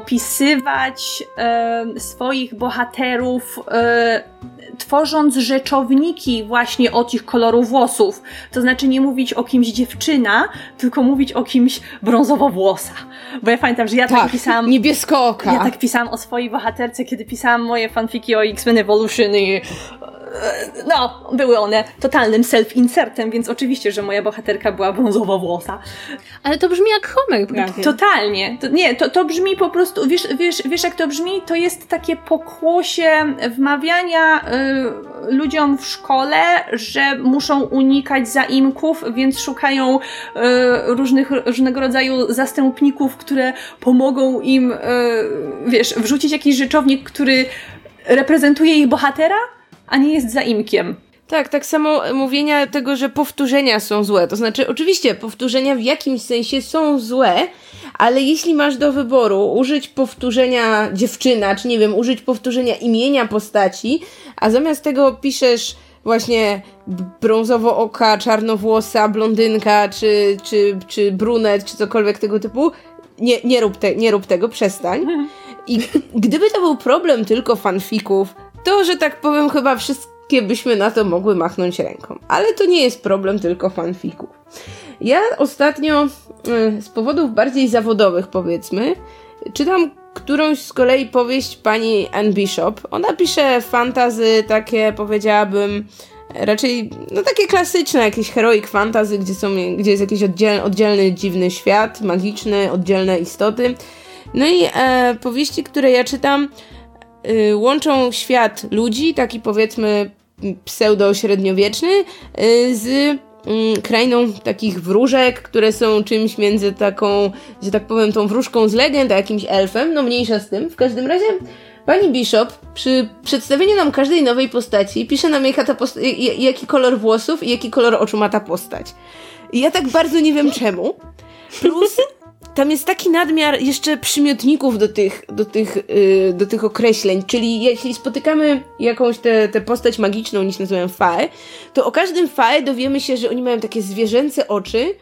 opisywać e, swoich bohaterów e, tworząc rzeczowniki właśnie od ich koloru włosów. To znaczy nie mówić o kimś dziewczyna, tylko mówić o kimś brązowowłosa. Bo ja pamiętam, że ja tak, tak pisałam... niebieskooka. Ja tak pisałam o swojej bohaterce, kiedy pisałam moje fanfiki o X-Men Evolution i... No, były one totalnym self-insertem, więc oczywiście, że moja bohaterka była brązowowłosa. Ale to brzmi jak Homer prawie. Totalnie. To, nie, to, to brzmi po prostu, wiesz, wiesz, wiesz jak to brzmi? To jest takie pokłosie wmawiania y, ludziom w szkole, że muszą unikać zaimków, więc szukają y, różnych, różnego rodzaju zastępników, które pomogą im, y, wiesz, wrzucić jakiś rzeczownik, który reprezentuje ich bohatera, a nie jest zaimkiem. Tak, tak samo mówienia tego, że powtórzenia są złe. To znaczy, oczywiście, powtórzenia w jakimś sensie są złe, ale jeśli masz do wyboru użyć powtórzenia dziewczyna, czy nie wiem, użyć powtórzenia imienia postaci, a zamiast tego piszesz właśnie brązowo-oka, czarnowłosa, blondynka, czy, czy, czy brunet, czy cokolwiek tego typu, nie, nie, rób te, nie rób tego, przestań. I gdyby to był problem tylko fanfików, to, że tak powiem, chyba wszystkie byśmy na to mogły machnąć ręką. Ale to nie jest problem tylko fanfików. Ja ostatnio, z powodów bardziej zawodowych powiedzmy, czytam którąś z kolei powieść pani Anne Bishop. Ona pisze fantasy takie, powiedziałabym, raczej, no takie klasyczne, jakieś heroic fantasy, gdzie, są, gdzie jest jakiś oddzielny, oddzielny dziwny świat, magiczny, oddzielne istoty. No i e, powieści, które ja czytam, y, łączą świat ludzi, taki powiedzmy pseudo-średniowieczny, y, z y, krainą takich wróżek, które są czymś między taką, że tak powiem, tą wróżką z legend, a jakimś elfem, no mniejsza z tym. W każdym razie pani Bishop przy przedstawieniu nam każdej nowej postaci pisze nam, jaka ta posta- jaki kolor włosów i jaki kolor oczu ma ta postać. I ja tak bardzo nie wiem czemu. Plus tam jest taki nadmiar jeszcze przymiotników do tych, do tych, yy, do tych określeń, czyli jeśli spotykamy jakąś tę te, te postać magiczną, niż nazywam fae, to o każdym fae dowiemy się, że oni mają takie zwierzęce oczy,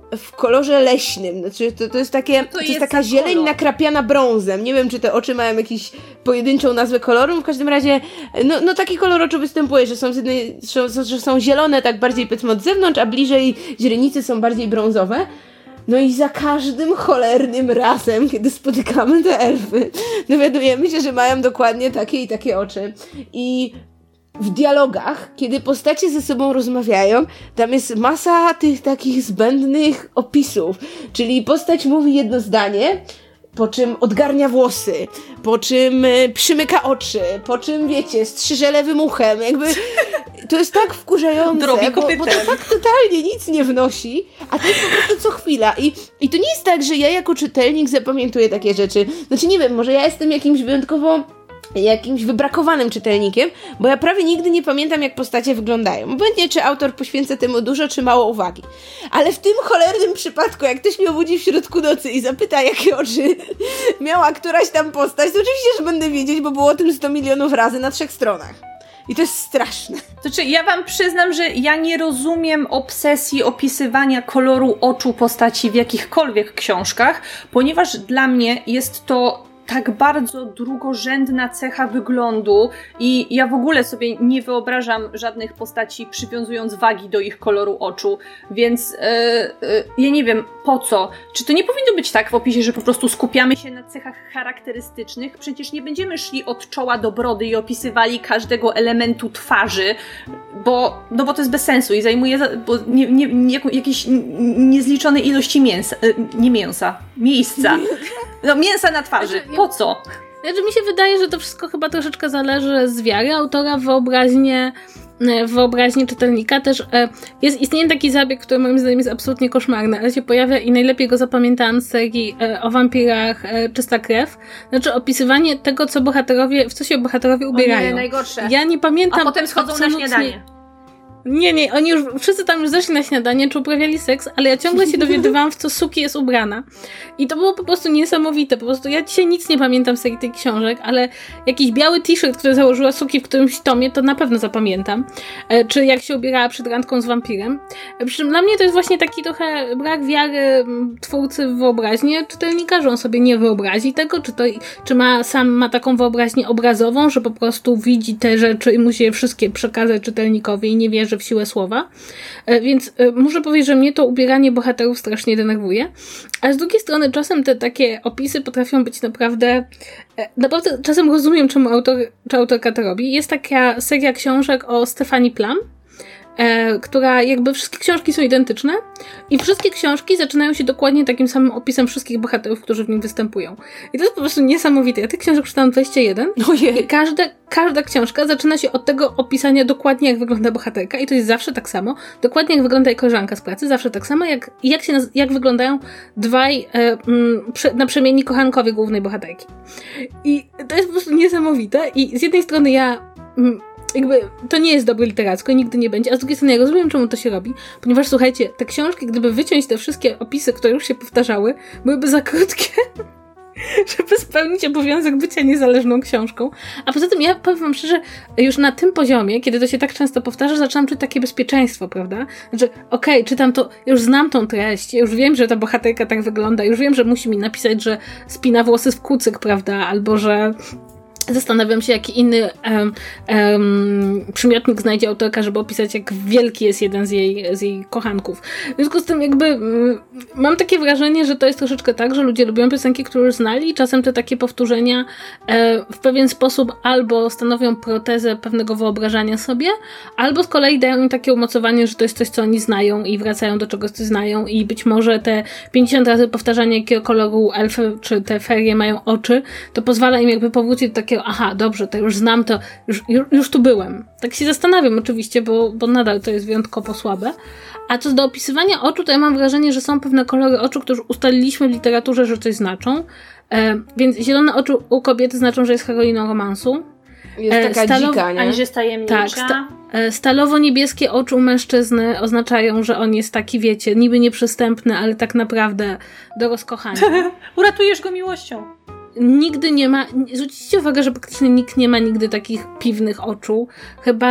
w kolorze leśnym. Znaczy, to, to jest takie, to, to jest, jest taka zieleń kolor. nakrapiana brązem. Nie wiem, czy te oczy mają jakąś pojedynczą nazwę koloru. W każdym razie, no, no taki kolor oczu występuje, że są, z jednej, że, że są zielone tak bardziej powiedzmy od zewnątrz, a bliżej źrenicy są bardziej brązowe. No i za każdym cholernym razem, kiedy spotykamy te elfy, dowiadujemy się, że mają dokładnie takie i takie oczy. I w dialogach, kiedy postacie ze sobą rozmawiają, tam jest masa tych takich zbędnych opisów. Czyli postać mówi jedno zdanie, po czym odgarnia włosy, po czym y, przymyka oczy, po czym, wiecie, strzyże lewym uchem. Jakby to jest tak wkurzające, bo, bo to tak totalnie nic nie wnosi, a to jest po prostu co chwila. I, I to nie jest tak, że ja jako czytelnik zapamiętuję takie rzeczy. Znaczy, nie wiem, może ja jestem jakimś wyjątkowo jakimś wybrakowanym czytelnikiem, bo ja prawie nigdy nie pamiętam, jak postacie wyglądają. Obojętnie, czy autor poświęca temu dużo, czy mało uwagi. Ale w tym cholernym przypadku, jak ktoś mnie obudzi w środku nocy i zapyta, jakie oczy miała któraś tam postać, to oczywiście, że będę wiedzieć, bo było o tym sto milionów razy na trzech stronach. I to jest straszne. Znaczy, ja wam przyznam, że ja nie rozumiem obsesji opisywania koloru oczu postaci w jakichkolwiek książkach, ponieważ dla mnie jest to tak bardzo drugorzędna cecha wyglądu i ja w ogóle sobie nie wyobrażam żadnych postaci przywiązując wagi do ich koloru oczu, więc yy, yy, ja nie wiem po co. Czy to nie powinno być tak w opisie, że po prostu skupiamy się na cechach charakterystycznych? Przecież nie będziemy szli od czoła do brody i opisywali każdego elementu twarzy, bo, no bo to jest bez sensu i zajmuje za, bo nie, nie, nie, jakieś niezliczone ilości mięsa, yy, nie mięsa, miejsca. No mięsa na twarzy. Po co? Znaczy, mi się wydaje, że to wszystko chyba troszeczkę zależy z wiary autora w wyobraźnię, w wyobraźni czytelnika. Też jest, istnieje taki zabieg, który moim zdaniem jest absolutnie koszmarny, ale się pojawia i najlepiej go zapamiętałam z serii o wampirach Czysta Krew. Znaczy opisywanie tego, co bohaterowie, w co się bohaterowie ubierają. O nie, najgorsze. Ja nie pamiętam. A potem schodzą na śniadanie. Nie, nie, oni już, wszyscy tam już zeszli na śniadanie, czy uprawiali seks, ale ja ciągle się dowiadywałam, w co Suki jest ubrana. I to było po prostu niesamowite, po prostu ja dzisiaj nic nie pamiętam z serii tych książek, ale jakiś biały t-shirt, który założyła Suki w którymś tomie, to na pewno zapamiętam. E, czy jak się ubierała przed randką z wampirem. E, przy czym dla mnie to jest właśnie taki trochę brak wiary twórcy w wyobraźnię czytelnika, że on sobie nie wyobrazi tego, czy to, czy ma, sam ma taką wyobraźnię obrazową, że po prostu widzi te rzeczy i musi je wszystkie przekazać czytelnikowi i nie wierzy w siłę słowa. Więc muszę powiedzieć, że mnie to ubieranie bohaterów strasznie denerwuje. A z drugiej strony czasem te takie opisy potrafią być naprawdę naprawdę czasem rozumiem, czemu autor, czy autorka to robi. Jest taka seria książek o Stephanie Plum, e, która jakby wszystkie książki są identyczne i wszystkie książki zaczynają się dokładnie takim samym opisem wszystkich bohaterów, którzy w nim występują. I to jest po prostu niesamowite. Ja tych książek przeczytałam dwadzieścia jeden Ojej. I każda, każda książka zaczyna się od tego opisania dokładnie, jak wygląda bohaterka i to jest zawsze tak samo. Dokładnie jak wygląda jej koleżanka z pracy, zawsze tak samo, jak, jak, się, jak wyglądają dwaj e, m, prze, naprzemienni kochankowie głównej bohaterki. I to jest po prostu niesamowite i z jednej strony ja m, jakby to nie jest dobre literacko i nigdy nie będzie, a z drugiej strony ja rozumiem, czemu to się robi, ponieważ słuchajcie, te książki, gdyby wyciąć te wszystkie opisy, które już się powtarzały, byłyby za krótkie, żeby spełnić obowiązek bycia niezależną książką. A poza tym ja powiem wam szczerze, już na tym poziomie, kiedy to się tak często powtarza, zaczynam czuć takie bezpieczeństwo, prawda? Znaczy, okej, okay, czytam to, już znam tą treść, już wiem, że ta bohaterka tak wygląda, już wiem, że musi mi napisać, że spina włosy w kucyk, prawda? Albo, że zastanawiam się, jaki inny um, um, przymiotnik znajdzie autorka, żeby opisać, jak wielki jest jeden z jej, z jej kochanków. W związku z tym jakby um, mam takie wrażenie, że to jest troszeczkę tak, że ludzie lubią piosenki, które już znali i czasem te takie powtórzenia e, w pewien sposób albo stanowią protezę pewnego wyobrażania sobie, albo z kolei dają im takie umocowanie, że to jest coś, co oni znają i wracają do czegoś, co znają i być może te pięćdziesiąt razy powtarzanie, jakiego koloru elfy czy te ferie mają oczy, to pozwala im jakby powrócić do takiego aha, dobrze, to już znam to, już, już, już tu byłem. Tak się zastanawiam oczywiście, bo, bo nadal to jest wyjątkowo słabe. A co do opisywania oczu, to ja mam wrażenie, że są pewne kolory oczu, które już ustaliliśmy w literaturze, że coś znaczą. E, więc zielone oczy u kobiety znaczą, że jest heroiną romansu. Jest taka Stalow- dzika, nie? Ani, że jest tajemnicza. Tak, sta- stalowo-niebieskie oczy u mężczyzny oznaczają, że on jest taki, wiecie, niby nieprzystępny, ale tak naprawdę do rozkochania. Uratujesz go miłością. Nigdy nie ma, zwróćcie uwagę, że praktycznie nikt nie ma nigdy takich piwnych oczu. Chyba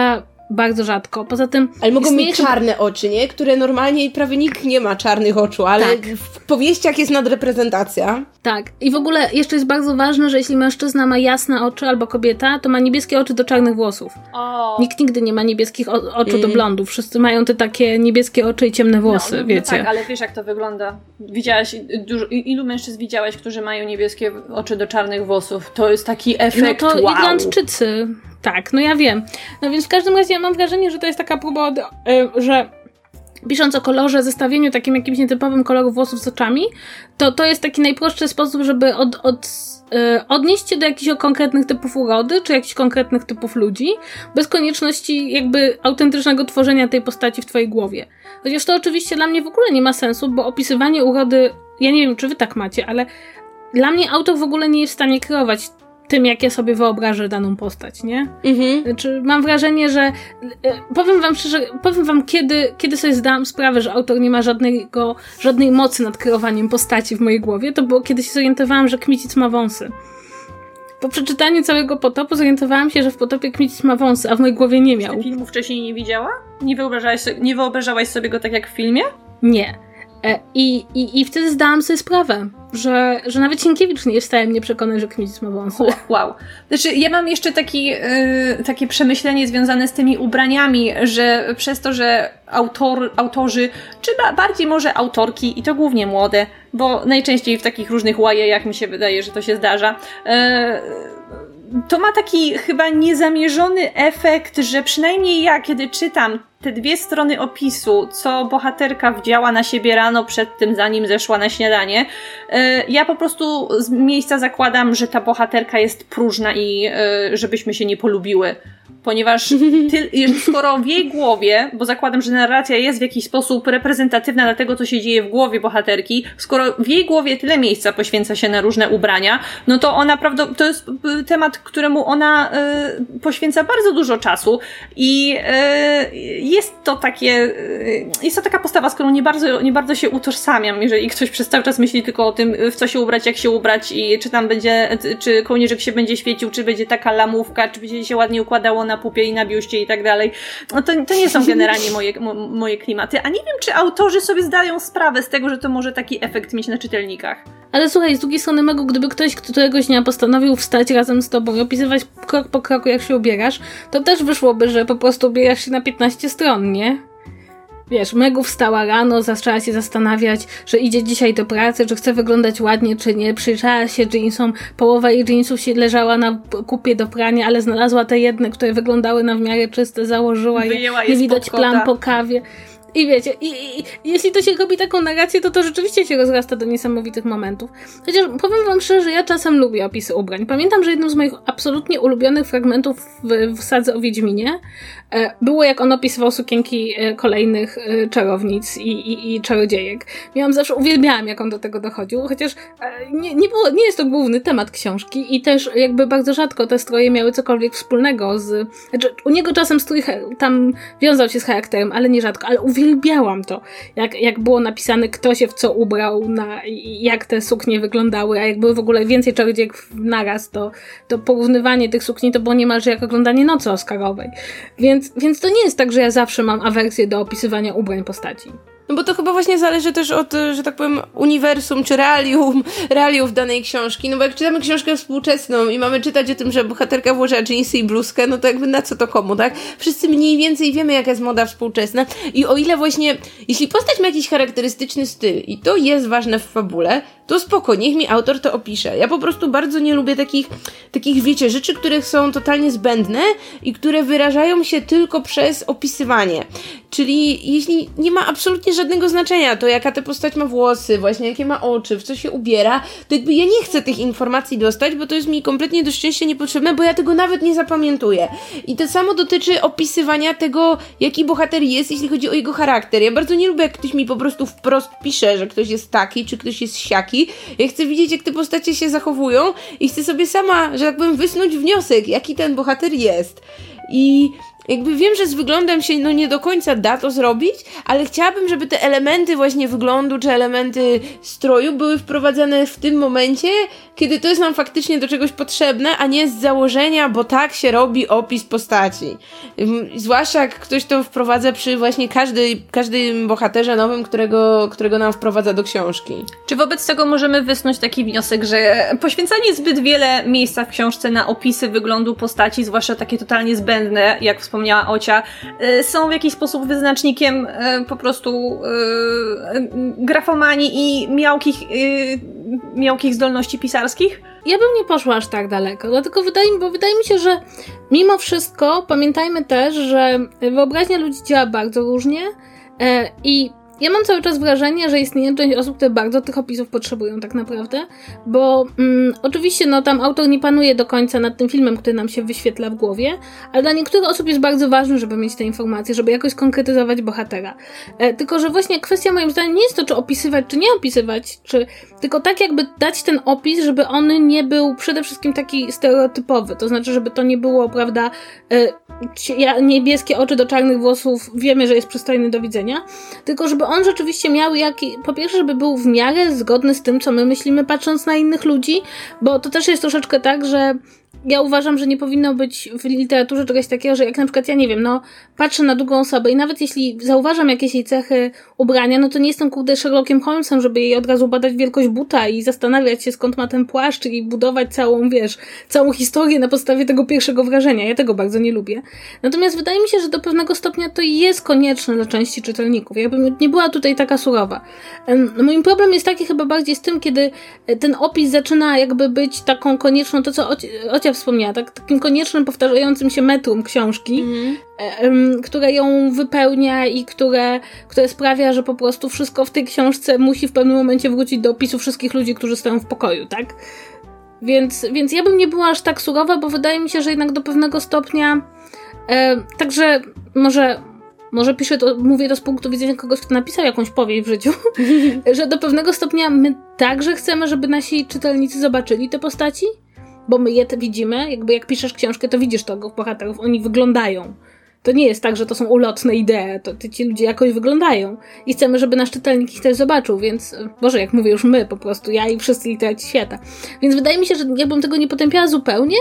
bardzo rzadko. Poza tym... Ale mogą istnieje mieć czarne oczy, nie? Które normalnie prawie nikt nie ma czarnych oczu, ale tak. W powieściach jest nadreprezentacja. Tak. I w ogóle jeszcze jest bardzo ważne, że jeśli mężczyzna ma jasne oczy albo kobieta, to ma niebieskie oczy do czarnych włosów. O. Nikt nigdy nie ma niebieskich o- oczu Mm. do blondów. Wszyscy mają te takie niebieskie oczy i ciemne włosy, no, no, wiecie. No tak, ale wiesz jak to wygląda. Widziałaś, dużo, ilu mężczyzn widziałaś, którzy mają niebieskie oczy do czarnych włosów? To jest taki efekt, No to wow. Irlandczycy. Tak, no ja wiem. No więc w każdym razie ja mam wrażenie, że to jest taka próba, od, y, że pisząc o kolorze, zestawieniu takim jakimś nietypowym koloru włosów z oczami, to to jest taki najprostszy sposób, żeby od, od, y, odnieść się do jakichś konkretnych typów urody, czy jakichś konkretnych typów ludzi, bez konieczności jakby autentycznego tworzenia tej postaci w twojej głowie. Chociaż to oczywiście dla mnie w ogóle nie ma sensu, bo opisywanie urody, ja nie wiem, czy wy tak macie, ale dla mnie autor w ogóle nie jest w stanie kreować tym, jak ja sobie wyobrażę daną postać, nie? Mhm. Znaczy, mam wrażenie, że e, powiem wam szczerze, powiem wam, kiedy, kiedy sobie zdałam sprawę, że autor nie ma żadnego, żadnej mocy nad kreowaniem postaci w mojej głowie, to było kiedy się zorientowałam, że Kmicic ma wąsy. Po przeczytaniu całego Potopu zorientowałam się, że w Potopie Kmicic ma wąsy, a w mojej głowie nie miał. Ty filmu wcześniej nie widziała? Nie wyobrażałaś, so- nie wyobrażałaś sobie go tak jak w filmie? Nie. E, I, i, I wtedy zdałam sobie sprawę, że, że nawet Sienkiewicz nie jest w stanie mnie przekonać, że Kmicic ma wąsy. Wow. Znaczy, ja mam jeszcze taki, yy, takie przemyślenie związane z tymi ubraniami, że przez to, że autor, autorzy, czy ba- bardziej może autorki, i to głównie młode, bo najczęściej w takich różnych łajejach mi się wydaje, że to się zdarza, yy, to ma taki chyba niezamierzony efekt, że przynajmniej ja, kiedy czytam te dwie strony opisu, co bohaterka wdziała na siebie rano przed tym, zanim zeszła na śniadanie, ja po prostu z miejsca zakładam, że ta bohaterka jest próżna i żebyśmy się nie polubiły. Ponieważ ty, skoro w jej głowie, bo zakładam, że narracja jest w jakiś sposób reprezentatywna dla tego, co się dzieje w głowie bohaterki, skoro w jej głowie tyle miejsca poświęca się na różne ubrania, no to ona prawdopodobnie, to jest temat, któremu ona y, poświęca bardzo dużo czasu i y, jest to takie, y, jest to taka postawa, z którą nie bardzo, nie bardzo się utożsamiam, jeżeli ktoś przez cały czas myśli tylko o tym, w co się ubrać, jak się ubrać i czy tam będzie, czy kołnierzyk się będzie świecił, czy będzie taka lamówka, czy będzie się ładnie układało na pupie i na biuście i tak dalej. No to, to nie są generalnie moje, mo, moje klimaty. A nie wiem, czy autorzy sobie zdają sprawę z tego, że to może taki efekt mieć na czytelnikach. Ale słuchaj, z drugiej strony Megu, gdyby ktoś któregoś dnia postanowił wstać razem z tobą i opisywać krok po kroku, jak się ubierasz, to też wyszłoby, że po prostu ubierasz się na piętnaście stron, nie? Wiesz, Megu wstała rano, zaczęła się zastanawiać, że idzie dzisiaj do pracy, że chce wyglądać ładnie, czy nie. Przyjrzała się jeansom, połowa jej jeansów się leżała na kupie do prania, ale znalazła te jedne, które wyglądały na w miarę czyste, założyła je, nie widać plam po kawie. I wiecie, i, i, i jeśli to się robi taką narrację, to to rzeczywiście się rozrasta do niesamowitych momentów. Chociaż powiem wam szczerze, że ja czasem lubię opisy ubrań. Pamiętam, że jednym z moich absolutnie ulubionych fragmentów w, w Sadze o Wiedźminie e, było, jak on opisywał sukienki e, kolejnych e, czarownic i, i, i czarodziejek. Miałam zawsze, uwielbiałam, jak on do tego dochodził, chociaż e, nie, nie, było, nie jest to główny temat książki i też jakby bardzo rzadko te stroje miały cokolwiek wspólnego z... Znaczy, u niego czasem strój tam wiązał się z charakterem, ale nie rzadko, ale uwielbiałam to, jak, jak było napisane, kto się w co ubrał, na, jak te suknie wyglądały, a jak były w ogóle więcej czarodziejek naraz, to, to porównywanie tych sukni to było niemalże jak oglądanie Nocy Oscarowej. Więc, więc to nie jest tak, że ja zawsze mam awersję do opisywania ubrań postaci. No bo to chyba właśnie zależy też od, że tak powiem, uniwersum czy realium, realiów danej książki. No bo jak czytamy książkę współczesną i mamy czytać o tym, że bohaterka włożyła dżinsy i bluzkę, no to jakby na co to komu, tak? Wszyscy mniej więcej wiemy, jaka jest moda współczesna i o ile właśnie, jeśli postać ma jakiś charakterystyczny styl i to jest ważne w fabule, to spoko, niech mi autor to opisze. Ja po prostu bardzo nie lubię takich, takich wiecie, rzeczy, które są totalnie zbędne i które wyrażają się tylko przez opisywanie. Czyli jeśli nie ma absolutnie żadnego znaczenia to, jaka ta postać ma włosy, właśnie jakie ma oczy, w co się ubiera, to jakby ja nie chcę tych informacji dostać, bo to jest mi kompletnie do szczęścia niepotrzebne, bo ja tego nawet nie zapamiętuję. I to samo dotyczy opisywania tego, jaki bohater jest, jeśli chodzi o jego charakter. Ja bardzo nie lubię, jak ktoś mi po prostu wprost pisze, że ktoś jest taki, czy ktoś jest siaki. Ja chcę widzieć, jak te postacie się zachowują i chcę sobie sama, że tak powiem, wysnuć wniosek, jaki ten bohater jest. I jakby wiem, że z wyglądem się no nie do końca da to zrobić, ale chciałabym, żeby te elementy właśnie wyglądu, czy elementy stroju były wprowadzane w tym momencie, kiedy to jest nam faktycznie do czegoś potrzebne, a nie z założenia, bo tak się robi opis postaci. Zwłaszcza jak ktoś to wprowadza przy właśnie każdej, każdym bohaterze nowym, którego, którego nam wprowadza do książki. Czy wobec tego możemy wysnuć taki wniosek, że poświęcanie zbyt wiele miejsca w książce na opisy wyglądu postaci, zwłaszcza takie totalnie zbędne, jak wspomniała Ocia, są w jakiś sposób wyznacznikiem po prostu grafomanii i miałkich, miałkich zdolności pisarskich? Ja bym nie poszła aż tak daleko, dlatego wydaje mi, bo wydaje mi się, że mimo wszystko pamiętajmy też, że wyobraźnia ludzi działa bardzo różnie i ja mam cały czas wrażenie, że istnieje część osób, które bardzo tych opisów potrzebują tak naprawdę, bo mm, oczywiście no tam autor nie panuje do końca nad tym filmem, który nam się wyświetla w głowie, ale dla niektórych osób jest bardzo ważne, żeby mieć te informacje, żeby jakoś konkretyzować bohatera. E, tylko, że właśnie kwestia moim zdaniem nie jest to, czy opisywać, czy nie opisywać, czy tylko tak jakby dać ten opis, żeby on nie był przede wszystkim taki stereotypowy, to znaczy, żeby to nie było, prawda, e, niebieskie oczy do czarnych włosów, wiemy, że jest przystojny do widzenia, tylko żeby on rzeczywiście miał jaki, po pierwsze, żeby był w miarę zgodny z tym, co my myślimy, patrząc na innych ludzi, bo to też jest troszeczkę tak, że ja uważam, że nie powinno być w literaturze czegoś takiego, że jak na przykład, ja nie wiem, no, patrzę na drugą osobę i nawet jeśli zauważam jakieś jej cechy ubrania, no to nie jestem, kurde, Sherlockiem Holmesem, żeby jej od razu badać wielkość buta i zastanawiać się, skąd ma ten płaszcz i budować całą, wiesz, całą historię na podstawie tego pierwszego wrażenia. Ja tego bardzo nie lubię. Natomiast wydaje mi się, że do pewnego stopnia to jest konieczne dla części czytelników. Jakbym nie była tutaj taka surowa. Mój problem jest taki chyba bardziej z tym, kiedy ten opis zaczyna jakby być taką konieczną, to co Ocia wspomniała, tak, takim koniecznym, powtarzającym się metrum książki, mm. e, które ją wypełnia i które, które sprawia, że po prostu wszystko w tej książce musi w pewnym momencie wrócić do opisu wszystkich ludzi, którzy stoją w pokoju, tak? Więc, więc ja bym nie była aż tak surowa, bo wydaje mi się, że jednak do pewnego stopnia e, także może może piszę to, mówię to z punktu widzenia kogoś, kto napisał jakąś powieść w życiu, że do pewnego stopnia my także chcemy, żeby nasi czytelnicy zobaczyli te postaci, bo my je widzimy, jakby jak piszesz książkę, to widzisz tego bohaterów, oni wyglądają. To nie jest tak, że to są ulotne idee, to ci ludzie jakoś wyglądają. I chcemy, żeby nasz czytelnik ich też zobaczył, więc, Boże, jak mówię już my, po prostu ja i wszyscy literaci świata. Więc wydaje mi się, że ja bym tego nie potępiała zupełnie,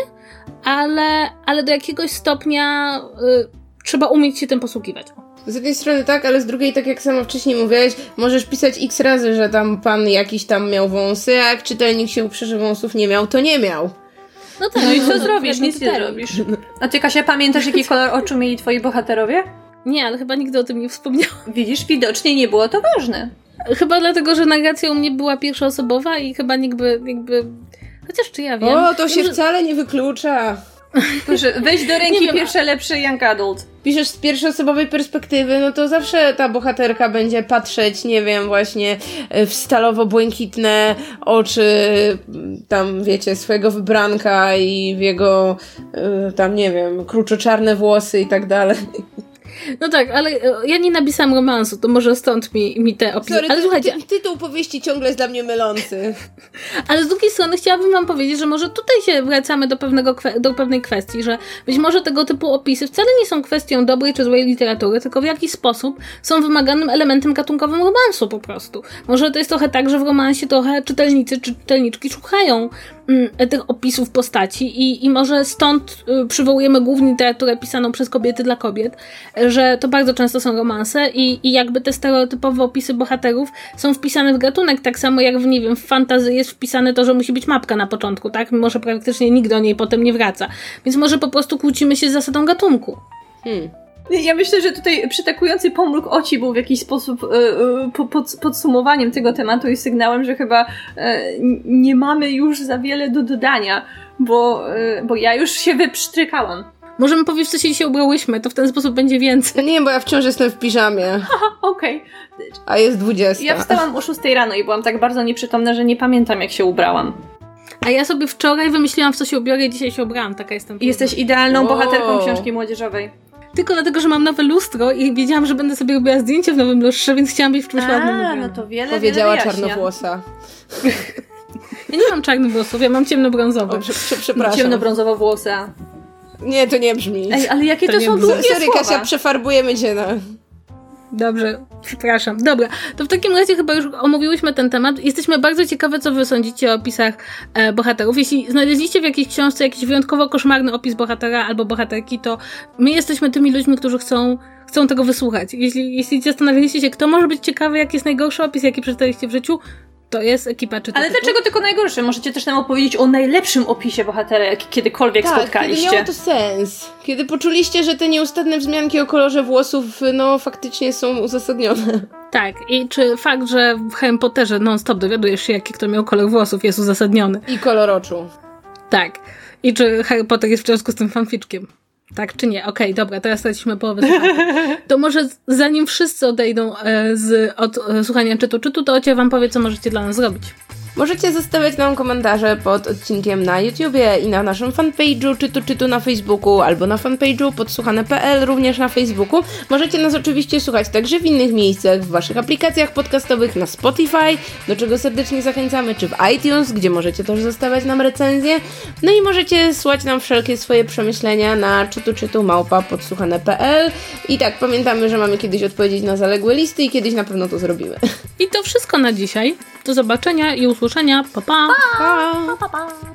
ale, ale do jakiegoś stopnia y, trzeba umieć się tym posługiwać. Z jednej strony tak, ale z drugiej, tak jak sama wcześniej mówiłaś, możesz pisać x razy, że tam pan jakiś tam miał wąsy, a jak czytelnik się uprze, że wąsów nie miał, to nie miał. No tak, no i co zrobisz? Nic nie zrobisz. A ty, Kasia, pamiętasz, jaki kolor oczu mieli twoi bohaterowie? Nie, ale chyba nigdy o tym nie wspomniałam. Widzisz, widocznie nie było to ważne. Chyba dlatego, że narracja u mnie była pierwszoosobowa i chyba jakby, jakby... Chociaż czy ja wiem... O, to wiem, się że... wcale nie wyklucza. Proszę, weź do ręki wiem, pierwsze lepsze young adult. Piszesz z pierwszoosobowej perspektywy, no to zawsze ta bohaterka będzie patrzeć, nie wiem, właśnie w stalowo-błękitne oczy tam, wiecie, swojego wybranka i w jego tam, nie wiem, kruczo-czarne włosy i tak dalej. No tak, ale ja nie napisałam romansu, to może stąd mi, mi te opisy. Sorry, ale słuchajcie, ty, tytuł powieści ciągle jest dla mnie mylący. Ale z drugiej strony chciałabym wam powiedzieć, że może tutaj się wracamy do, pewnego, do pewnej kwestii, że być może tego typu opisy wcale nie są kwestią dobrej czy złej literatury, tylko w jaki sposób są wymaganym elementem gatunkowym romansu po prostu. Może to jest trochę tak, że w romansie trochę czytelnicy czy czytelniczki szukają mm, tych opisów postaci i, i może stąd y, przywołujemy głównie literaturę pisaną przez kobiety dla kobiet, że to bardzo często są romanse i, i jakby te stereotypowe opisy bohaterów są wpisane w gatunek, tak samo jak w, nie wiem, w fantasy jest wpisane to, że musi być mapka na początku, tak? Mimo że praktycznie nikt do niej potem nie wraca. Więc może po prostu kłócimy się z zasadą gatunku. Hmm. Ja myślę, że tutaj przytakujący pomruk Oci był w jakiś sposób e, po, pod, podsumowaniem tego tematu i sygnałem, że chyba e, nie mamy już za wiele do dodania, bo, e, bo ja już się wypsztrykałam. Możemy powiedzieć, co się dzisiaj ubrałyśmy, to w ten sposób będzie więcej. Nie, bo ja wciąż jestem w piżamie. Haha, okej. Okay. A jest dwudziesta. Ja wstałam o szóstej rano i byłam tak bardzo nieprzytomna, że nie pamiętam, jak się ubrałam. A ja sobie wczoraj wymyśliłam, w co się ubiorę i dzisiaj się ubrałam. Taka jestem. I jesteś idealną wow. bohaterką książki młodzieżowej. Tylko dlatego, że mam nowe lustro i wiedziałam, że będę sobie robiła zdjęcie w nowym lustrze, więc chciałam być w czymś ładnym. A, no to wiele, Powiedziała wiele czarnowłosa. Ja nie mam czarnych włosów, ja mam ciemnobrązowe. O, prze, prze, przepraszam. Ciemnobrązowo włosa. Nie, to nie brzmi. Ej, ale jakie to, To to nie są brzmi. długie Sorry, słowa. Kasia, przefarbujemy cię na... Dobrze, przepraszam. Dobra, to w takim razie chyba już omówiłyśmy ten temat. Jesteśmy bardzo ciekawe, co wy sądzicie o opisach e, bohaterów. Jeśli znaleźliście w jakiejś książce jakiś wyjątkowo koszmarny opis bohatera albo bohaterki, to my jesteśmy tymi ludźmi, którzy chcą, chcą tego wysłuchać. Jeśli, jeśli zastanawialiście się, kto może być ciekawy, jaki jest najgorszy opis, jaki przeczytaliście w życiu, to jest ekipa Czytu Ale Czytu. dlaczego tylko najgorsze? Możecie też nam opowiedzieć o najlepszym opisie bohatera, jaki kiedykolwiek Tak, spotkaliście. kiedy miało to sens. Kiedy poczuliście, że te nieustanne wzmianki o kolorze włosów, no, faktycznie są uzasadnione. Tak, i czy fakt, że w Harry Potterze non-stop dowiadujesz się, jaki kto miał kolor włosów, jest uzasadniony. I kolor oczu. Tak. I czy Harry Potter jest w związku z tym fanficzkiem? Tak czy nie? Okej, okay, dobra, teraz straciliśmy połowę tematu. To może zanim wszyscy odejdą e, z, od e, słuchania czytu czytu, to Ocia wam powie, co możecie dla nas zrobić. Możecie zostawiać nam komentarze pod odcinkiem na YouTubie i na naszym fanpage'u Czytu Czytu na Facebooku albo na fanpage'u podsłuchane kropka p l również na Facebooku. Możecie nas oczywiście słuchać także w innych miejscach, w waszych aplikacjach podcastowych, na Spotify, do czego serdecznie zachęcamy, czy w iTunes, gdzie możecie też zostawiać nam recenzje. No i możecie słuchać nam wszelkie swoje przemyślenia na czytu czytu małpa podsłuchane kropka p l. I tak, pamiętamy, że mamy kiedyś odpowiedzieć na zaległe listy i kiedyś na pewno to zrobimy. I to wszystko na dzisiaj. Do zobaczenia i usłyszenia. Pa, pa! Pa! Pa, pa, pa.